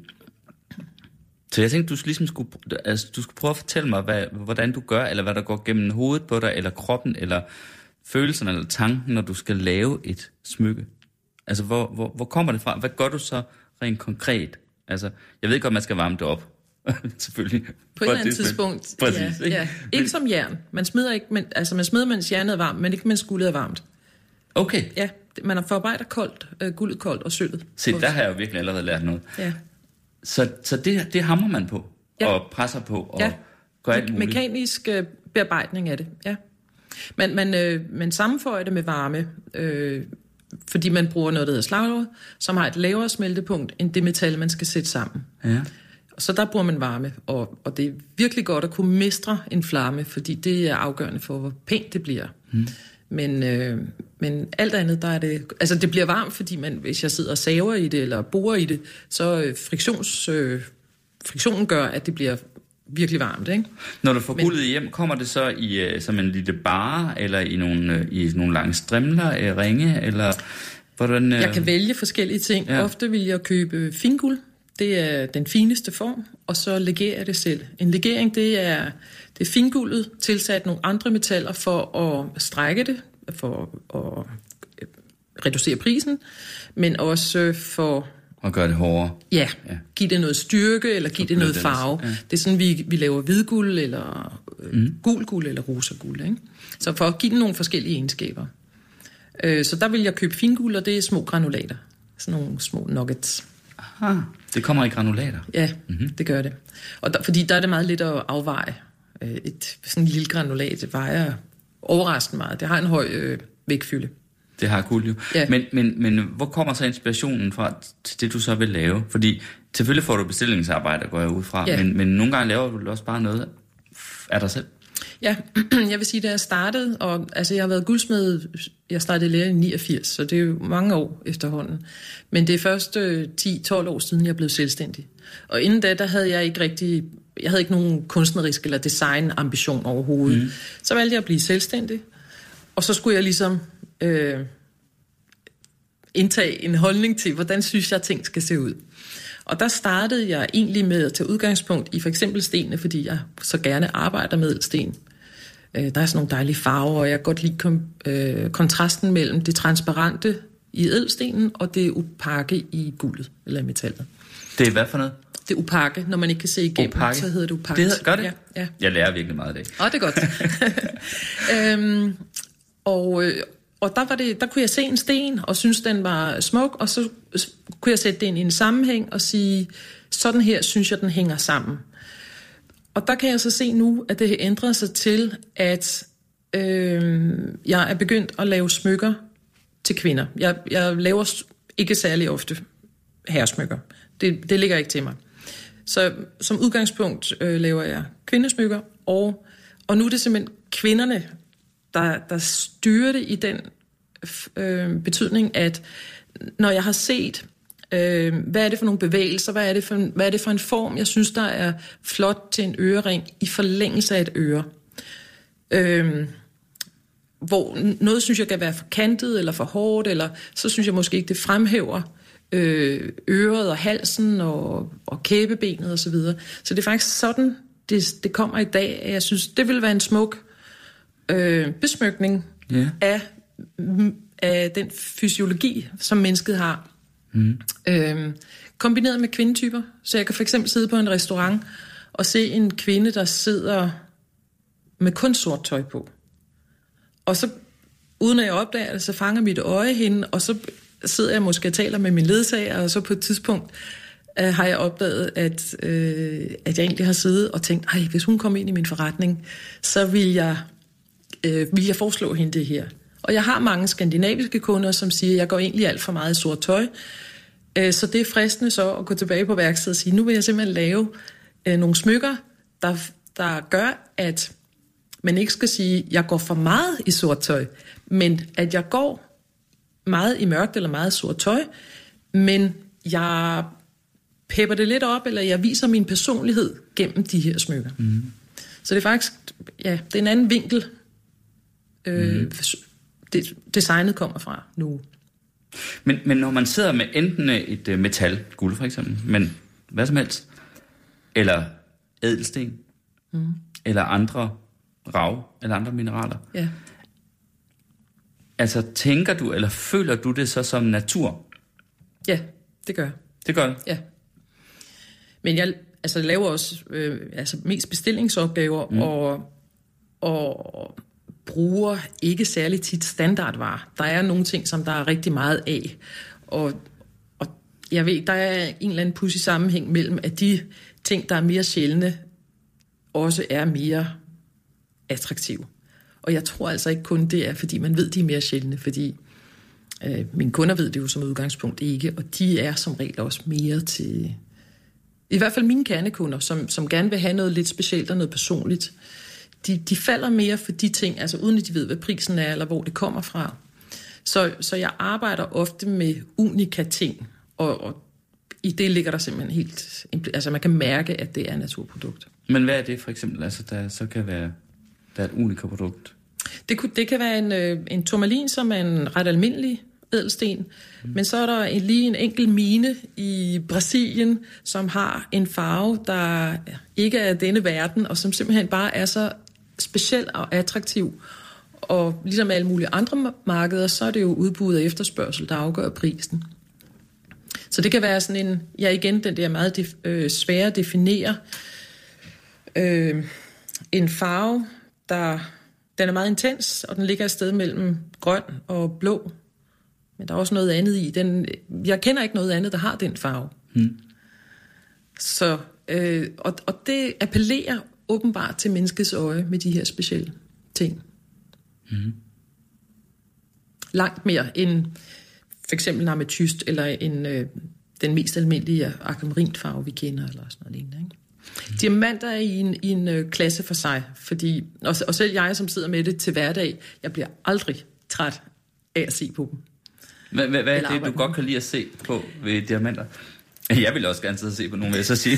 så jeg tænkte, du ligesom skulle, altså, du skulle prøve at fortælle mig, hvad, hvordan du gør, eller hvad der går gennem hovedet på dig, eller kroppen, eller følelserne, eller tanken, når du skal lave et smykke. Altså, hvor, hvor, hvor kommer det fra? Hvad gør du så rent konkret? Altså, jeg ved godt, man skal varme det op. Selvfølgelig. På et eller andet tidspunkt. Præcis, ja, ikke? Ja. Ikke som jern. Man smider ikke, men, altså man smider, mens jernet er varmt, men ikke, mens guldet er varmt. Okay. Ja, man har forarbejder koldt, øh, guldet koldt og sølvet. Se, der har jeg jo virkelig allerede lært noget. Ja. Så, så det, det hammer man på, ja. og presser på, og ja. gør alt muligt. Mekanisk øh, bearbejdning af det, ja. Man, man, øh, man sammenføjer det med varme, øh, fordi man bruger noget, der hedder slaglåd, som har et lavere smeltepunkt end det metal, man skal sætte sammen. Ja. Så der bruger man varme, og, og det er virkelig godt at kunne mestre en flamme, fordi det er afgørende for, hvor pænt det bliver. Hmm. Men, øh, men alt andet, der er det... Altså, det bliver varmt, fordi man, hvis jeg sidder og saver i det, eller borer i det, så øh, friktions, øh, friktionen gør, at det bliver virkelig varmt, ikke? Når du får guldet hjem, kommer det så i, uh, som en lille barre, eller i nogle, uh, i nogle lange strimler, uh, ringe, eller hvordan... Uh... Jeg kan vælge forskellige ting. Ja. Ofte vil jeg købe finguld. Det er den fineste form, og så legerer jeg det selv. En legering, det er, det er finguldet tilsat nogle andre metaller for at strække det, for at reducere prisen, men også for... Og gøre det hårdere. Ja, ja. Give det noget styrke, eller give det noget farve. Ja. Det er sådan, vi, vi laver hvidguld, eller mm. gulguld, eller rosaguld. Ikke? Så for at give den nogle forskellige egenskaber. Øh, så der vil jeg købe finguld, og det er små granulater. Sådan nogle små nuggets. Aha, det kommer i granulater? Ja, mm-hmm. det gør det. Og der, fordi der er det meget let at afveje. Et sådan en lille granulat, det vejer overraskende meget. Det har en høj øh, vægtfylde. Det har guld jo. Ja. Men, men, men hvor kommer så inspirationen fra til det, du så vil lave? Fordi selvfølgelig får du bestillingsarbejde, går jeg ud fra, ja. men, men nogle gange laver du også bare noget af dig selv. Ja, jeg vil sige, da jeg startede, og altså jeg har været guldsmed, jeg startede lære i niogfirs, så det er jo mange år efterhånden. Men det er først øh, ti til tolv år siden, jeg blev selvstændig. Og inden da, der havde jeg ikke rigtig, jeg havde ikke nogen kunstnerisk eller design-ambition overhovedet. Mm. Så valgte jeg at blive selvstændig, og så skulle jeg ligesom øh, indtage en holdning til, hvordan synes jeg, ting skal se ud. Og der startede jeg egentlig med at tage udgangspunkt i for eksempel stenene, fordi jeg så gerne arbejder med sten. Der er sådan nogle dejlige farver, og jeg kan godt lide kom, øh, kontrasten mellem det transparente i ædelstenen og det opakke i guldet, eller i metallet. Det er hvad for noget? Det opakke, når man ikke kan se igennem, opakke. Så hedder det opakke. Det hedder, gør det? Ja, ja. Jeg lærer virkelig meget af det. Åh, det er godt. øhm, og... Øh, Og der, var det, der kunne jeg se en sten, og synes, den var smuk, og så kunne jeg sætte den i en sammenhæng og sige, sådan her synes jeg, den hænger sammen. Og der kan jeg så se nu, at det har ændret sig til, at øh, jeg er begyndt at lave smykker til kvinder. Jeg, jeg laver ikke særlig ofte herresmykker. Det, det ligger ikke til mig. Så som udgangspunkt øh, laver jeg kvindesmykker, og, og nu er det simpelthen kvinderne, Der, der styrer det i den øh, betydning, at når jeg har set, øh, hvad er det for nogle bevægelser, hvad er det for en, hvad er det for en form, jeg synes, der er flot til en ørering i forlængelse af et øre. Øh, hvor noget synes jeg kan være for kantet eller for hårdt, eller så synes jeg måske ikke, det fremhæver øh, øret og halsen og, og kæbebenet og så videre. Så det er faktisk sådan, det, det kommer i dag, at jeg synes, det vil være en smuk Øh, besmykning yeah. af, af den fysiologi, som mennesket har. Mm. Øh, kombineret med kvindetyper. Så jeg kan for eksempel sidde på en restaurant og se en kvinde, der sidder med kun sort tøj på. Og så, uden at jeg opdager det, så fanger mit øje hende, og så sidder jeg måske og taler med min ledsager, og så på et tidspunkt øh, har jeg opdaget, at, øh, at jeg egentlig har siddet og tænkt, ej, hvis hun kom ind i min forretning, så vil jeg Øh, vil jeg foreslå hende det her. Og jeg har mange skandinaviske kunder, som siger, at jeg går egentlig alt for meget i sort tøj. Øh, så det er fristende så at gå tilbage på værkstedet og sige, nu vil jeg simpelthen lave øh, nogle smykker, der, der gør, at man ikke skal sige, at jeg går for meget i sort tøj, men at jeg går meget i mørkt eller meget sort tøj, men jeg pepper det lidt op, eller jeg viser min personlighed gennem de her smykker. Mm. Så det er faktisk, ja, det er en anden vinkel, Øh, mm. det, designet kommer fra nu. Men, men når man sidder med enten et uh, metal, guld for eksempel, men hvad som helst, eller ædelsten, mm. eller andre rav, eller andre mineraler. Ja. Altså, tænker du, eller føler du det så som natur? Ja, det gør jeg. Det gør det? Ja. Men jeg altså, laver også øh, altså, mest bestillingsopgaver, mm. og, og bruger ikke særlig tit standardvarer. Der er nogle ting, som der er rigtig meget af, og, og jeg ved, der er en eller anden pudsig sammenhæng mellem, at de ting, der er mere sjældne, også er mere attraktive. Og jeg tror altså ikke kun, det er, fordi man ved, de er mere sjældne, fordi øh, mine kunder ved det jo som udgangspunkt ikke, og de er som regel også mere til, i hvert fald mine kernekunder, som, som gerne vil have noget lidt specielt og noget personligt. De, de falder mere for de ting, altså uden at de ved, hvad prisen er, eller hvor det kommer fra. Så, så jeg arbejder ofte med unika ting, og, og i det ligger der simpelthen helt, altså man kan mærke, at det er naturprodukt. Men hvad er det for eksempel, altså der så kan være, der er et unika produkt? Det, kunne, det kan være en, øh, en turmalin, som er en ret almindelig ædelsten, mm. men så er der en, lige en enkelt mine i Brasilien, som har en farve, der ikke er denne verden, og som simpelthen bare er så speciel og attraktiv. Og ligesom alle mulige andre markeder, så er det jo udbud og efterspørgsel, der afgør prisen. Så det kan være sådan en, ja igen, den der meget def, øh, svære at definere, øh, en farve, der, den er meget intens, og den ligger et sted mellem grøn og blå. Men der er også noget andet i den. Jeg kender ikke noget andet, der har den farve. Hmm. Så, øh, og, og det appellerer åbenbart til menneskets øje med de her specielle ting. Hmm. Langt mere end for eksempel en ametyst, eller en, øh, den mest almindelige akvamarintfarve, vi kender, eller sådan noget lignende, ikke? Mm. Diamanter er i en, i en øh, klasse for sig, fordi, og, og selv jeg, som sidder med det til hverdag, jeg bliver aldrig træt af at se på dem. Hvad, hvad, hvad er det, du godt kan lide at se på ved diamanter? Jeg vil også gerne sidde og se på nogle, vil jeg så sige.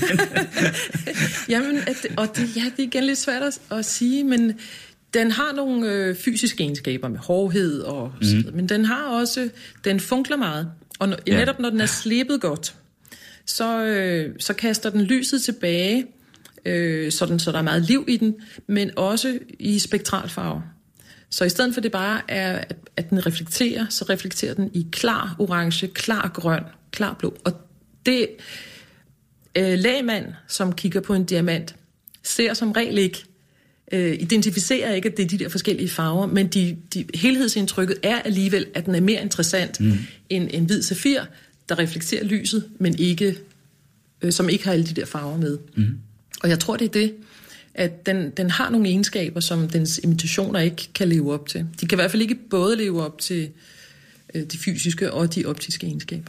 Jamen, at, og det, ja, det er igen lidt svært at, at sige, men den har nogle øh, fysiske egenskaber med hårdhed og mm. sådan noget, men den har også, den funkler meget, og når, ja. netop når den er slebet godt, så, øh, så kaster den lyset tilbage, øh, sådan, så der er meget liv i den, men også i spektralfarver. Så i stedet for det bare er, at, at den reflekterer, så reflekterer den i klar orange, klar grøn, klar blå. Og det øh, lægmand, som kigger på en diamant, ser som regel ikke, øh, identificerer ikke, at det er de der forskellige farver, men de, de, helhedsindtrykket er alligevel, at den er mere interessant mm. end en hvid safir, der reflekterer lyset, men ikke, øh, som ikke har alle de der farver med. Mm. Og jeg tror, det er det, at den, den har nogle egenskaber, som dens imitationer ikke kan leve op til. De kan i hvert fald ikke både leve op til øh, de fysiske og de optiske egenskaber.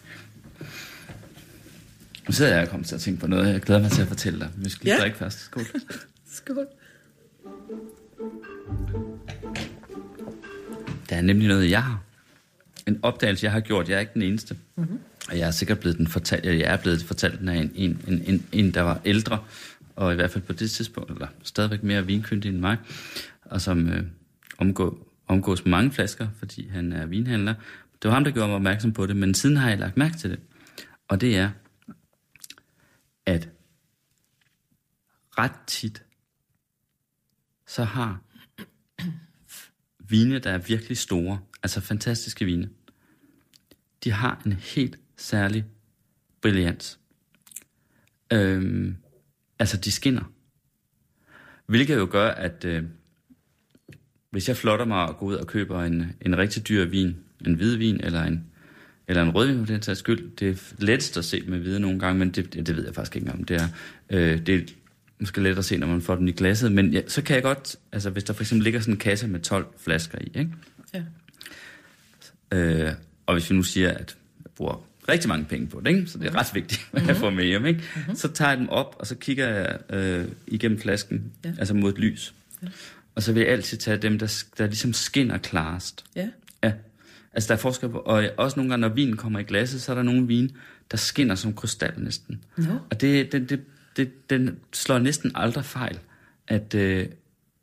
Nu sidder jeg og kommer til at tænke på noget, jeg glæder mig til at fortælle dig. Vi skal lige ja. drikke først. Skål. Skål. Der er nemlig noget, jeg har. En opdagelse, jeg har gjort. Jeg er ikke den eneste. Mm-hmm. Og jeg er sikkert blevet den fortalt, jeg er blevet fortalt den af en, en, en, en, en, der var ældre, og i hvert fald på det tidspunkt, eller stadigvæk mere vinkyndig end mig, og som øh, omgå, omgås med mange flasker, fordi han er vinhandler. Det var ham, der gjorde mig opmærksom på det, men siden har jeg lagt mærke til det. Og det er, at ret tit, så har vine, der er virkelig store, altså fantastiske vine, de har en helt særlig brillians. Øhm, altså, de skinner. Hvilket jo gør, at øh, hvis jeg flotter mig og går ud og køber en, en rigtig dyr vin, en hvidvin eller en, eller en rødvin på den sags skyld, det er lettest at se med hvide nogle gange, men det, det ved jeg faktisk ikke om. Det er, øh, det er måske let at se, når man får den i glasset, men ja, så kan jeg godt, altså hvis der for eksempel ligger sådan en kasse med tolv flasker i, ikke? Ja. Øh, og hvis vi nu siger, at jeg bruger rigtig mange penge på det, ikke? Så det er ret vigtigt, hvad jeg får med hjem, ikke? Mm-hmm. Så tager jeg dem op, og så kigger jeg øh, igennem flasken, ja. altså mod et lys. Ja. Og så vil jeg altid tage dem, der, der ligesom skinner klarest. Ja. Ja. Altså der er forskel på, og også nogle gange, når vinen kommer i glasset, så er der nogle vin, der skinner som krystal næsten. No. Og det, det, det, det, den slår næsten aldrig fejl, at, øh,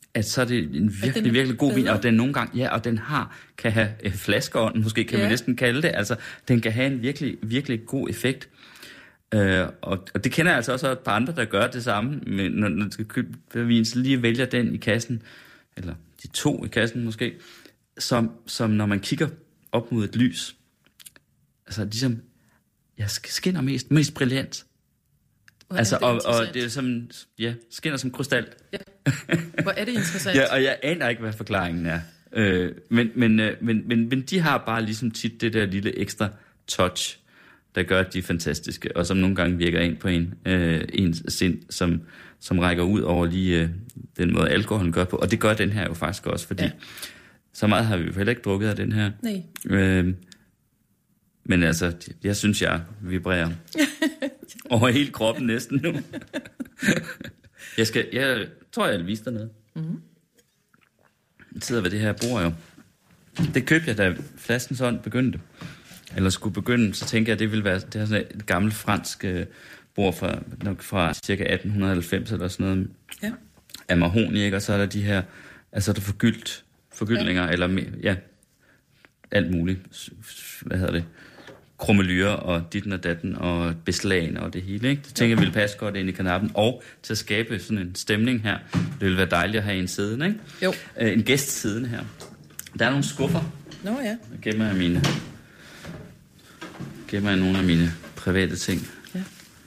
at så er det en virkelig, virkelig god vin, og den nogle gange, ja, og den har, kan have øh, flaskeånd, måske kan ja. man næsten kalde det, altså den kan have en virkelig, virkelig god effekt. Øh, og, og det kender jeg altså også et par andre, der gør det samme, men når man skal købe vin, så lige vælger den i kassen, eller de to i kassen måske, som, som når man kigger op mod et lys, altså ligesom, jeg skinner mest, mest brillant. Altså, og, og det er som, ja, skinner som krystal. Ja. Hvor er det interessant. Ja, og jeg aner ikke, hvad forklaringen er. Øh, men, men, øh, men, men, men de har bare ligesom tit det der lille ekstra touch, der gør, at de er fantastiske, og som nogle gange virker ind på en, øh, ens sind, som, som rækker ud over lige øh, den måde, alkoholen gør på. Og det gør den her jo faktisk også, fordi ja. så meget har vi jo heller ikke drukket af den her. Nej. Øh, men altså, jeg synes, jeg vibrerer over hele kroppen næsten nu. jeg, skal, jeg tror, jeg vil vise dig noget. Mm-hmm. Jeg sidder ved det her bord jo. Det købte jeg, da flasken sådan begyndte. Eller skulle begynde, så tænker jeg, at det ville være det er sådan et gammelt fransk øh, bord fra, nok fra cirka atten halvfems eller sådan noget. Ja. Af mahogni, ikke? Og så er der de her, altså der forgyldt, forgyldninger, ja. eller ja, alt muligt. Hvad hedder det? Krumelyre og ditten og datten og beslagen og det hele, ikke? Det tænker jeg ville passe godt ind i kanappen. Og til at skabe sådan en stemning her, det ville være dejligt at have en siddende, ikke? Jo. Øh, en gæst siddende her. Der er nogle skuffer. Nå ja. Jeg gemmer jeg mine, gemmer jeg nogle af mine private ting. Ja.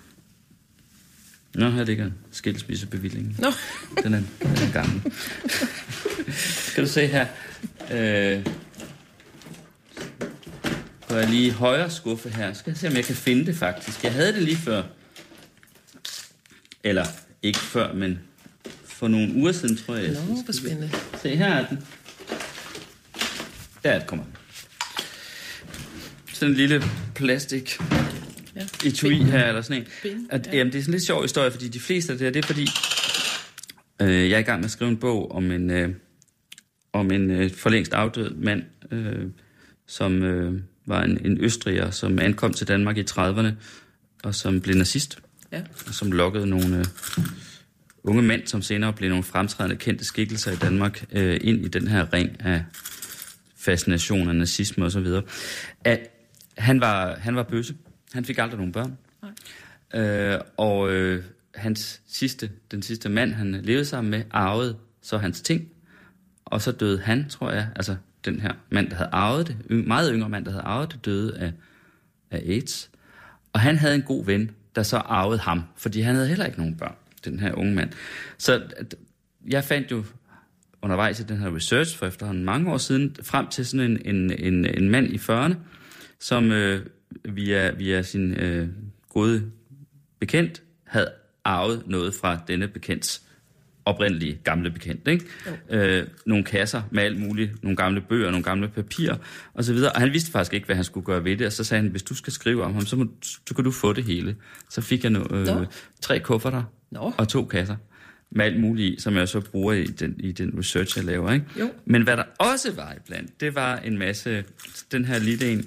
Nå, her ligger skilsmissebevilling. Nå. Den er, den er gammel. Skal du se her. Øh, Så er lige højre skuffe her. Skal jeg se, om jeg kan finde det faktisk. Jeg havde det lige før. Eller ikke før, men for nogle uger siden, tror jeg. Nå, hvor spændende. Se, her er den. Der kommer den. Sådan en lille plastik ja. etui her, eller sådan en. At, ja. Jamen, det er sådan en lidt sjov historie, fordi de fleste af det her, det er fordi, øh, jeg er i gang med at skrive en bog om en, øh, om en øh, forlængst afdød mand, øh, som... Øh, var en, en østriger, som ankom til Danmark i trediverne, og som blev nazist, ja. og som lokkede nogle øh, unge mænd, som senere blev nogle fremtrædende kendte skikkelser i Danmark, øh, ind i den her ring af fascination af nazisme osv. At han var, han var bøsse. Han fik aldrig nogen børn. Øh, og øh, hans sidste, den sidste mand, han levede sammen med, arvede så hans ting, og så døde han, tror jeg, altså den her mand, der havde arvet det, yng, meget yngre mand, der havde arvet det, døde af, af AIDS. Og han havde en god ven, der så arvede ham, fordi han havde heller ikke nogen børn, den her unge mand. Så jeg fandt jo undervejs i den her research for efterhånden mange år siden, frem til sådan en, en, en, en mand i fyrrerne, som øh, via, via sin øh, gode bekendt havde arvet noget fra denne bekendts oprindelige gamle bekendt, ikke? Øh, nogle kasser med alt muligt, nogle gamle bøger, nogle gamle papirer, og så videre. Og han vidste faktisk ikke, hvad han skulle gøre ved det, og så sagde han, hvis du skal skrive om ham, så, må, så kan du få det hele. Så fik jeg no, øh, no. tre kufferter no. og to kasser med alt muligt i, som jeg så bruger i den, i den research, jeg laver, ikke? Jo. Men hvad der også var iblandt, det var en masse, den her lille en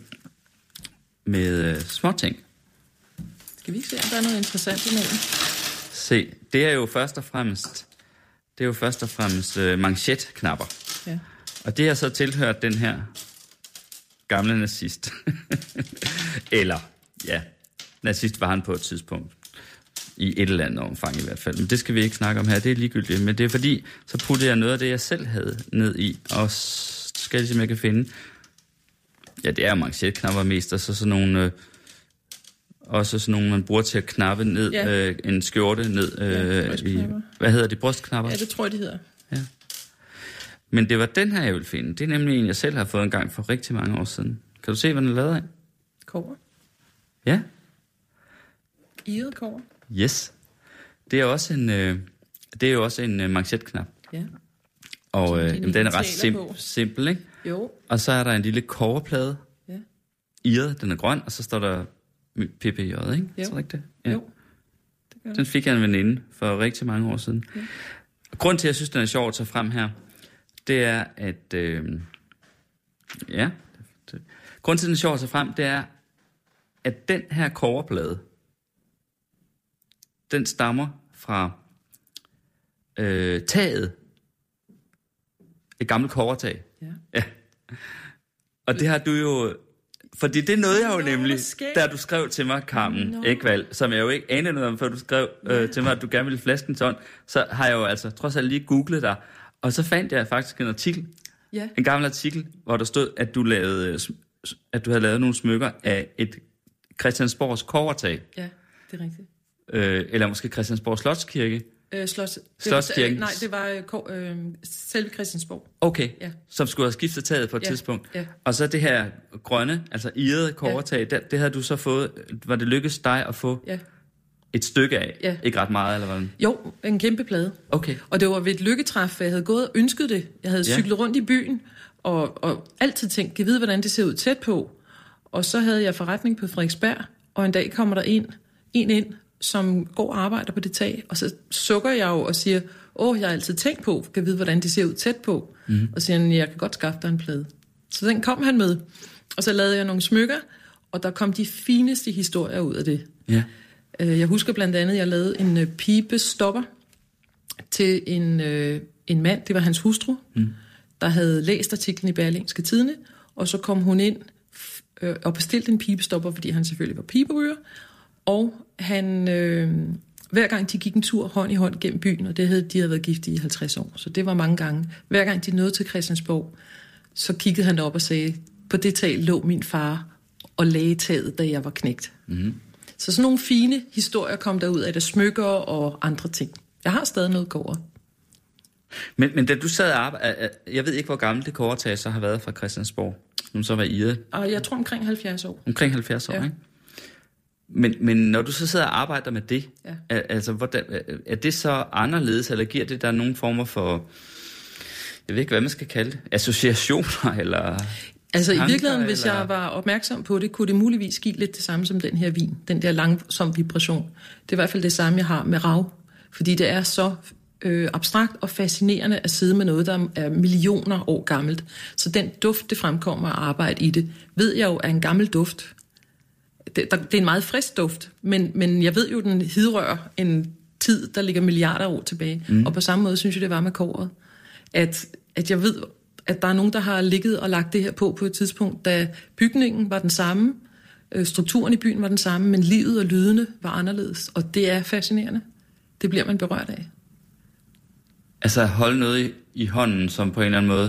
med øh, småting. Skal vi se, om der er noget interessant imellem? Se, det er jo først og fremmest Det er jo først og fremmest øh, manchetknapper. Ja. Og det har så tilhørt den her gamle nazist. Eller, ja, nazist var han på et tidspunkt. I et eller andet omfang i hvert fald. Men det skal vi ikke snakke om her, det er ligegyldigt. Men det er fordi, så puttede jeg noget af det, jeg selv havde ned i. Og skal jeg se, om jeg kan finde. Ja, det er manchetknapper mest, og så sådan nogle... Øh, også sådan nogle, man bruger til at knappe ned, ja. øh, en skjorte ned øh, ja, i, hvad hedder det, brystknapper? Ja, det tror jeg, de hedder. Ja. Men det var den her, jeg ville finde. Det er nemlig en, jeg selv har fået en gang for rigtig mange år siden. Kan du se, hvad den er lavet af? Kobber. Ja. Irret kobber. Yes. Det er også en, øh, det er jo også en øh, manchetknap. Ja. Og øh, den, den er ret sim- simpel, ikke? Jo. Og så er der en lille kobberplade. Ja. Irret, den er grøn, og så står der P P J, ikke? Jo. Så ikke det? Ja. Jo. Det gør det. Den fik jeg en veninde for rigtig mange år siden. Ja. Grunden til, at jeg synes, den er sjov at tage frem her, det er, at... Øh, ja. Det, grunden til, at den er sjov at tage frem, det er, at den her kobberplade, den stammer fra øh, taget Et gammelt kobbertag. Ja. Ja. Og det har du jo... Fordi det nåede jeg jo Nå, nemlig, skægt. da du skrev til mig, Carmen Nå. Ekvald, som jeg jo ikke anede noget om, før du skrev Ja. øh, til mig, at du gerne ville flaskens ånd, så har jeg jo altså trods alt lige googlet dig. Og så fandt jeg faktisk en artikel, Ja. en gammel artikel, hvor der stod, at du, lavede, øh, sm- at du havde lavet nogle smykker af et Christiansborgs kobbertag. Ja, det er rigtigt. Øh, eller måske Christiansborg Slotskirke. Øh, Slots, det Slotskirken. var, nej, det var øh, ko- øh, selve Christiansborg. Okay, Ja. som skulle have skiftet taget på et Ja, tidspunkt. ja. Og så det her grønne, altså irrede kobbertag, ja. det, det havde du så fået, var det lykkedes dig at få Ja. et stykke af? Ja. Ikke ret meget, eller hvad? Jo, en kæmpe plade. Okay. Og det var ved et lykketræf, for jeg havde gået og ønsket det. Jeg havde Ja. cyklet rundt i byen, og, og altid tænkt, kan jeg vide, hvordan det ser ud tæt på. Og så havde jeg forretning på Frederiksberg, og en dag kommer der en, en ind, som går og arbejder på det tag, og så sukker jeg jo og siger, åh, jeg har altid tænkt på, kan jeg vide, hvordan det ser ud tæt på. Mm. Og så siger han, jeg kan godt skaffe dig en plade. Så den kom han med, og så lavede jeg nogle smykker, og der kom de fineste historier ud af det. Ja. Øh, Jeg husker blandt andet, at jeg lavede en øh, pibestopper til en, øh, en mand, det var hans hustru, mm. der havde læst artiklen i Berlingske Tidende, og så kom hun ind f- øh, og bestilte en pibestopper, fordi han selvfølgelig var piberyger, og han, øh, hver gang de gik en tur hånd i hånd gennem byen, og det havde, de havde været gift i halvtreds år, så det var mange gange, hver gang de nåede til Christiansborg, så kiggede han op og sagde, på det tag lå min far og lagde taget, da jeg var knægt. Mm. Så sådan nogle fine historier kom der ud af det, smykker og andre ting. Jeg har stadig noget kobber. Men, men da du sad og arbejdede, jeg ved ikke, hvor gammelt det kobbertag så har været fra Christiansborg, som så var irret. Og jeg tror omkring halvfjerds år. Omkring halvfjerds år, Ja. ikke? Men, men når du så sidder og arbejder med det, Ja. er, altså, hvordan, er det så anderledes, eller giver det der nogle former for, jeg ved ikke, hvad man skal kalde det, associationer, eller... Altså i tanker, virkeligheden, hvis eller? jeg var opmærksom på det, kunne det muligvis give lidt det samme som den her vin. Den der langsom vibration. Det er i hvert fald det samme, jeg har med rav. Fordi det er så øh, abstrakt og fascinerende at sidde med noget, der er millioner år gammelt. Så den duft, det fremkommer at arbejde i det, ved jeg jo er en gammel duft. Det, der, det er en meget frisk duft, men, men jeg ved jo, den hidrører en tid, der ligger milliarder år tilbage. Mm. Og på samme måde synes jeg, det var med kobberet. At, at jeg ved, at der er nogen, der har ligget og lagt det her på på et tidspunkt, da bygningen var den samme, øh, strukturen i byen var den samme, men livet og lydene var anderledes. Og det er fascinerende. Det bliver man berørt af. Altså holde noget i, i hånden, som på en eller anden måde,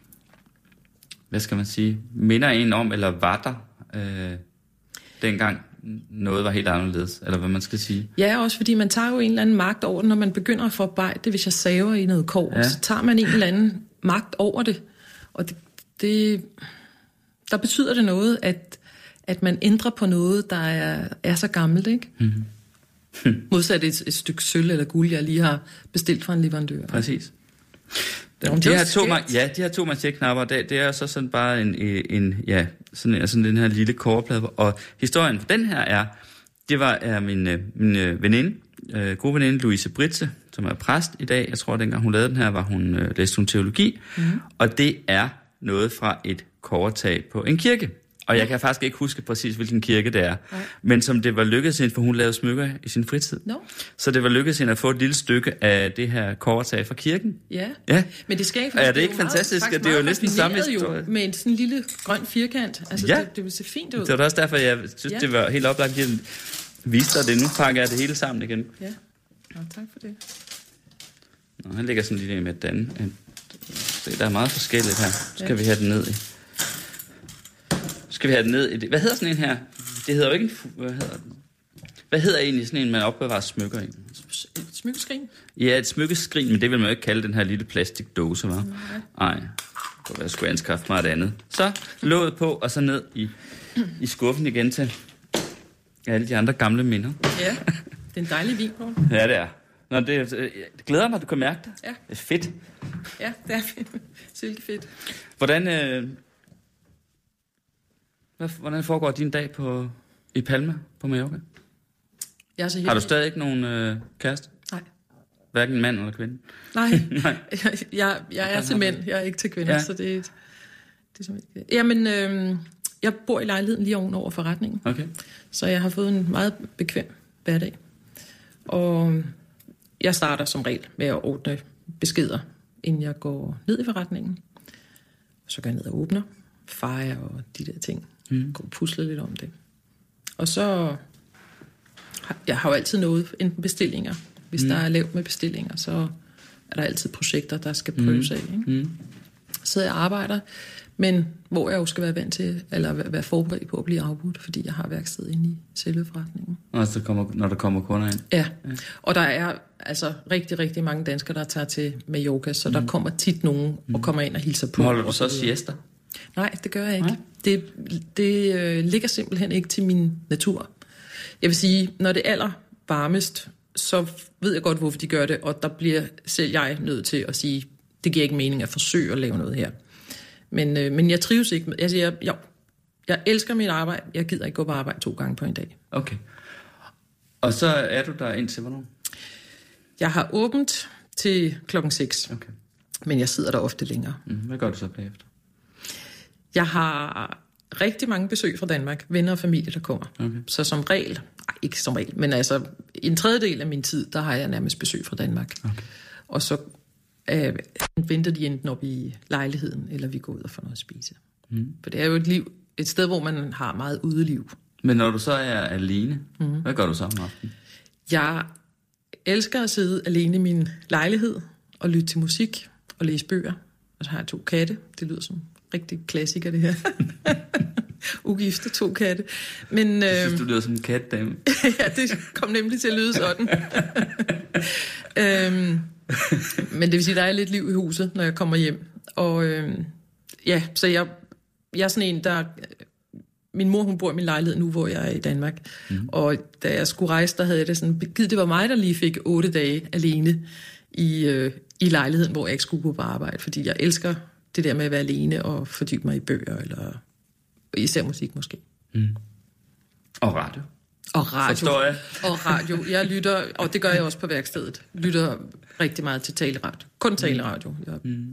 hvad skal man sige, minder en om, eller var der øh, dengang noget var helt anderledes, eller hvad man skal sige. Ja, også fordi man tager jo en eller anden magt over det, når man begynder at forarbejde det, hvis jeg saver i noget kår, Ja. så tager man en eller anden magt over det. Og det, det der betyder det noget, at, at man ændrer på noget, der er, er så gammelt, ikke? Mm-hmm. Modsat et, et stykke sølv eller guld, jeg lige har bestilt fra en leverandør. Præcis. Nå, De, det var her to, skægt. ma- ja, de her to manchetknapper, det, det er så sådan bare en, en ja, sådan, sådan den her lille kobberplade. Og historien for den her er, det var er min, øh, min øh, veninde, øh, gode veninde Louise Britze, som er præst i dag. Jeg tror, dengang hun lavede den her, var hun, øh, læste hun teologi. Mm-hmm. Og det er noget fra et kobbertag på en kirke. Og jeg kan faktisk ikke huske præcis, hvilken kirke det er. Nej. Men som det var lykkedes hende, for hun lavede smykker i sin fritid. No. Så det var lykkedes hende at få et lille stykke af det her kobbertag fra kirken. Ja. Ja. Men det skal ikke, Er det er ikke jo meget- fantastisk, faktisk at det er jo meget næsten samme raffineret historie? Jo, med en sådan lille grøn firkant. Altså, Ja. det, det vil se fint ud. Det var da også derfor, jeg synes, Ja. det var helt oplagt, at jeg viste dig det. Nu pakker jeg det hele sammen igen. Ja, Nå, tak for det. Nå, han ligger sådan lige med den. Se, der er meget forskelligt her. Så skal Ja. vi have den ned i. Skal vi have den ned i det? Hvad hedder sådan en her? Det hedder jo ikke en... fu- Hvad hedder den? Hvad hedder egentlig sådan en, man opbevarer smykker i? Et smykkeskrin? Ja, et smykkeskrin, men det vil man jo ikke kalde den her lille plastikdåse, hva'? Nej. Nej. Det kunne være, jeg skulle anskaffe mig et andet. Så låget på, og så ned i, i skuffen igen til alle de andre gamle minder. Ja, det er en dejlig vin, Poul. Ja, det er. Nå, det, er- det glæder mig, at du kan mærke det. Ja. Det er fedt. Ja, det er fint. Silkefedt. Hvordan, øh, hvad, hvordan foregår din dag på, i Palma på Mallorca? Jeg er så heldig. Har du stadig ikke nogen øh, kæreste? Nej. Hverken mand eller kvinde? Nej, Nej. jeg, jeg, jeg er til mænd, jeg er ikke til kvinder, Ja. ja. så det, det er simpelthen... Jamen, øh, jeg bor i lejligheden lige ovenover forretningen, Okay. så jeg har fået en meget bekvem hverdag. Og jeg starter som regel med at ordne beskeder inden jeg går ned i forretningen. Så går jeg ned og åbner, fejrer og de der ting. Mm. Går og pusler lidt om det. Og så... Jeg har jo altid noget, enten bestillinger. Hvis mm. der er lavt med bestillinger, så er der altid projekter, der skal prøves af. Ikke? Mm. Så jeg arbejder, men hvor jeg jo skal være vant til, eller være forberedt på at blive afbudt, fordi jeg har værksted inde i selve forretningen. Og så kommer, når der kommer kunder ind? Ja, ja. Og der er altså rigtig, rigtig mange danskere, der tager til Mallorca, så mm. der kommer tit nogen og kommer ind og hilser på. Holder du så siesta? Nej, det gør jeg ikke. Nej. Det, det øh, ligger simpelthen ikke til min natur. Jeg vil sige, når det er aller varmest, så ved jeg godt, hvorfor de gør det, og der bliver selv jeg nødt til at sige, det giver ikke mening at forsøge at lave noget her. Men, øh, men jeg trives ikke med... Jeg siger, jo, jeg elsker mit arbejde, jeg gider ikke gå på arbejde to gange på en dag. Okay. Og så er du der indtil hvornår? Jeg har åbent til klokken seks, okay. Men jeg sidder der ofte længere. Mm, hvad gør du så bagefter? Jeg har rigtig mange besøg fra Danmark, venner og familie, der kommer. Okay. Så som regel, nej, ikke som regel, men altså en tredjedel af min tid, der har jeg nærmest besøg fra Danmark. Okay. Og så øh, venter de enten op i lejligheden, eller vi går ud og får noget at spise. Mm. For det er jo et liv, et sted, hvor man har meget udeliv. Men når du så er alene, mm. hvad gør du så om aftenen? Jeg elsker at sidde alene i min lejlighed og lytte til musik og læse bøger. Og så har jeg to katte. Det lyder som rigtig klassiker, det her. Ugifte to katte. Men, jeg synes, du lyder som en katdame. Ja, det kom nemlig til at lyde sådan. øhm, men det vil sige, at der er lidt liv i huset, når jeg kommer hjem. Og øhm, ja, så jeg, jeg er sådan en, der... Min mor, hun bor i min lejlighed nu, hvor jeg er i Danmark. Mm. Og da jeg skulle rejse, der havde jeg det sådan... Givet, det var mig, der lige fik otte dage alene i, øh, i lejligheden, hvor jeg ikke skulle gå på arbejde. Fordi jeg elsker det der med at være alene og fordybe mig i bøger, eller især musik måske. Mm. Og radio. Og radio. Forstår jeg. Og radio. Jeg lytter, og det gør jeg også på værkstedet, lytter rigtig meget til taleradio. Kun taleradio. Jeg... Mm.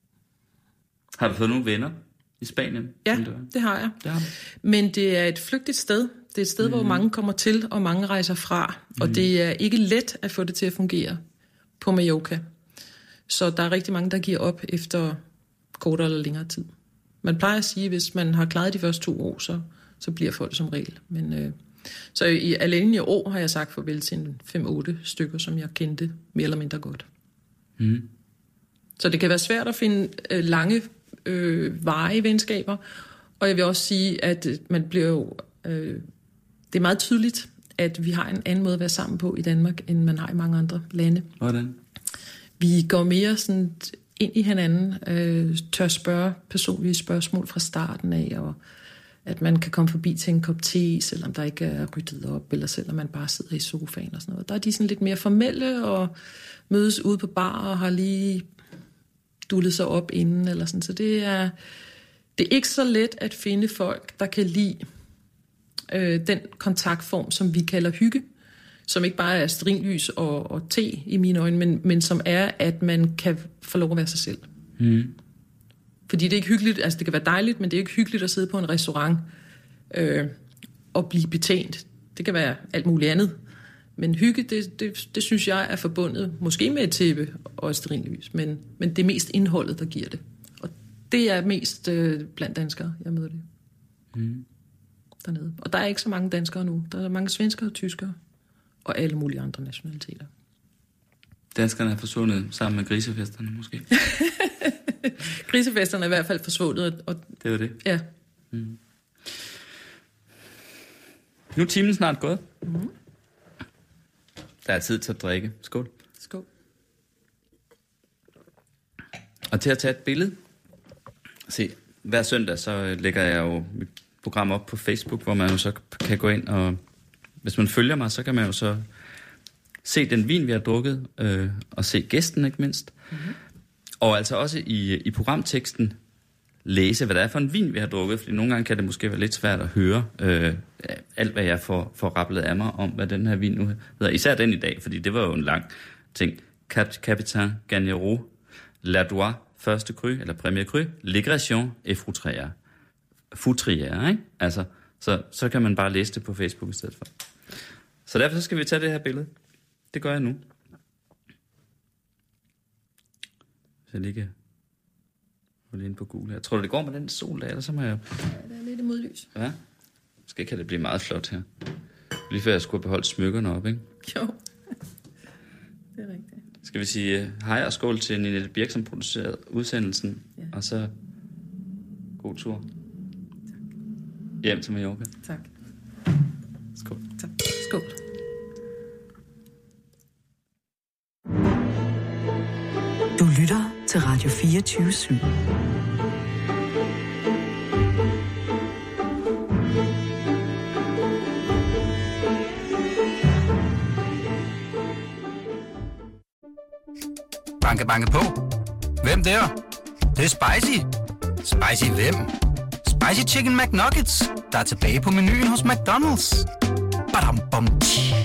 Har du fået nogle venner i Spanien? Ja, det har jeg. Det har Men det er et flygtigt sted. Det er et sted, mm. hvor mange kommer til, og mange rejser fra. Mm. Og det er ikke let at få det til at fungere på Mallorca. Så der er rigtig mange, der giver op efter kortere eller længere tid. Man plejer at sige, at hvis man har klaret de første to år, så, så bliver folk som regel. Men, øh, så i, alene i år har jeg sagt farvel til en fem otte stykker, som jeg kendte mere eller mindre godt. Mm. Så det kan være svært at finde øh, lange, øh, varige venskaber. Og jeg vil også sige, at man bliver jo... Øh, det er meget tydeligt, at vi har en anden måde at være sammen på i Danmark, end man har i mange andre lande. Hvordan? Vi går mere sådan ind i hinanden, øh, tør spørge personlige spørgsmål fra starten af, og at man kan komme forbi til en kop te, selvom der ikke er ryddet op, eller selvom man bare sidder i sofaen og sådan noget. Der er de sådan lidt mere formelle, og mødes ude på bar, og har lige dullet sig op inden, eller sådan. Så det er, det er ikke så let at finde folk, der kan lide øh, den kontaktform, som vi kalder hygge, som ikke bare er stearinlys og, og te i mine øjne, men, men som er, at man kan få lov at være sig selv. Mm. Fordi det er ikke hyggeligt, altså det kan være dejligt, men det er ikke hyggeligt at sidde på en restaurant øh, og blive betjent. Det kan være alt muligt andet. Men hygge, det, det, det synes jeg er forbundet, måske med et tæppe og et stearinlys, men, men det er mest indholdet, der giver det. Og det er mest øh, blandt danskere, jeg møder det. Mm. Dernede. Og der er ikke så mange danskere nu. Der er mange svenskere og tyskere. Og alle mulige andre nationaliteter. Danskerne er forsvundet sammen med grisefesterne, måske? Grisefesterne er i hvert fald forsvundet. Og... Det var det? Ja. Mm. Nu er timen snart gået. Mm. Der er tid til at drikke. Skål. Skål. Og til at tage et billede. Se, hver søndag så lægger jeg jo mit program op på Facebook, hvor man jo så kan gå ind og... Hvis man følger mig, så kan man jo så se den vin, vi har drukket, øh, og se gæsten, ikke mindst. Mm-hmm. Og altså også i, i programteksten læse, hvad det er for en vin, vi har drukket, fordi nogle gange kan det måske være lidt svært at høre øh, alt, hvad jeg får, får rapplet af mig om, hvad den her vin nu hedder. Især den i dag, fordi det var jo en lang ting. Capitaine Gagnero, Ladois, første cru, eller premier cru, Légration et Frutrière. Frutrière, ikke? Altså, så, så kan man bare læse det på Facebook i stedet for. Så derfor så skal vi tage det her billede. Det gør jeg nu. Hvis jeg lige kan holde ind på Google her. Tror du, det går med den sol der, eller så må jeg... Ja, det er lidt i modlys. Ja, måske kan det blive meget flot her. Lige før jeg skulle have beholdt smykkerne op, ikke? Jo, det er rigtigt. Skal vi sige uh, hej og skål til Ninette Birk, som producerede udsendelsen. Ja. Og så god tur. Hjem til Mallorca. Tak. Skål. Tak. Skål. Du lytter til Radio fireogtyve syv. Banke, banke på. Hvem der? Det, det er spicy. Spicy hvem? Spicy Chicken McNuggets, der er tilbage på menuen hos McDonald's. Badum, bom, tji.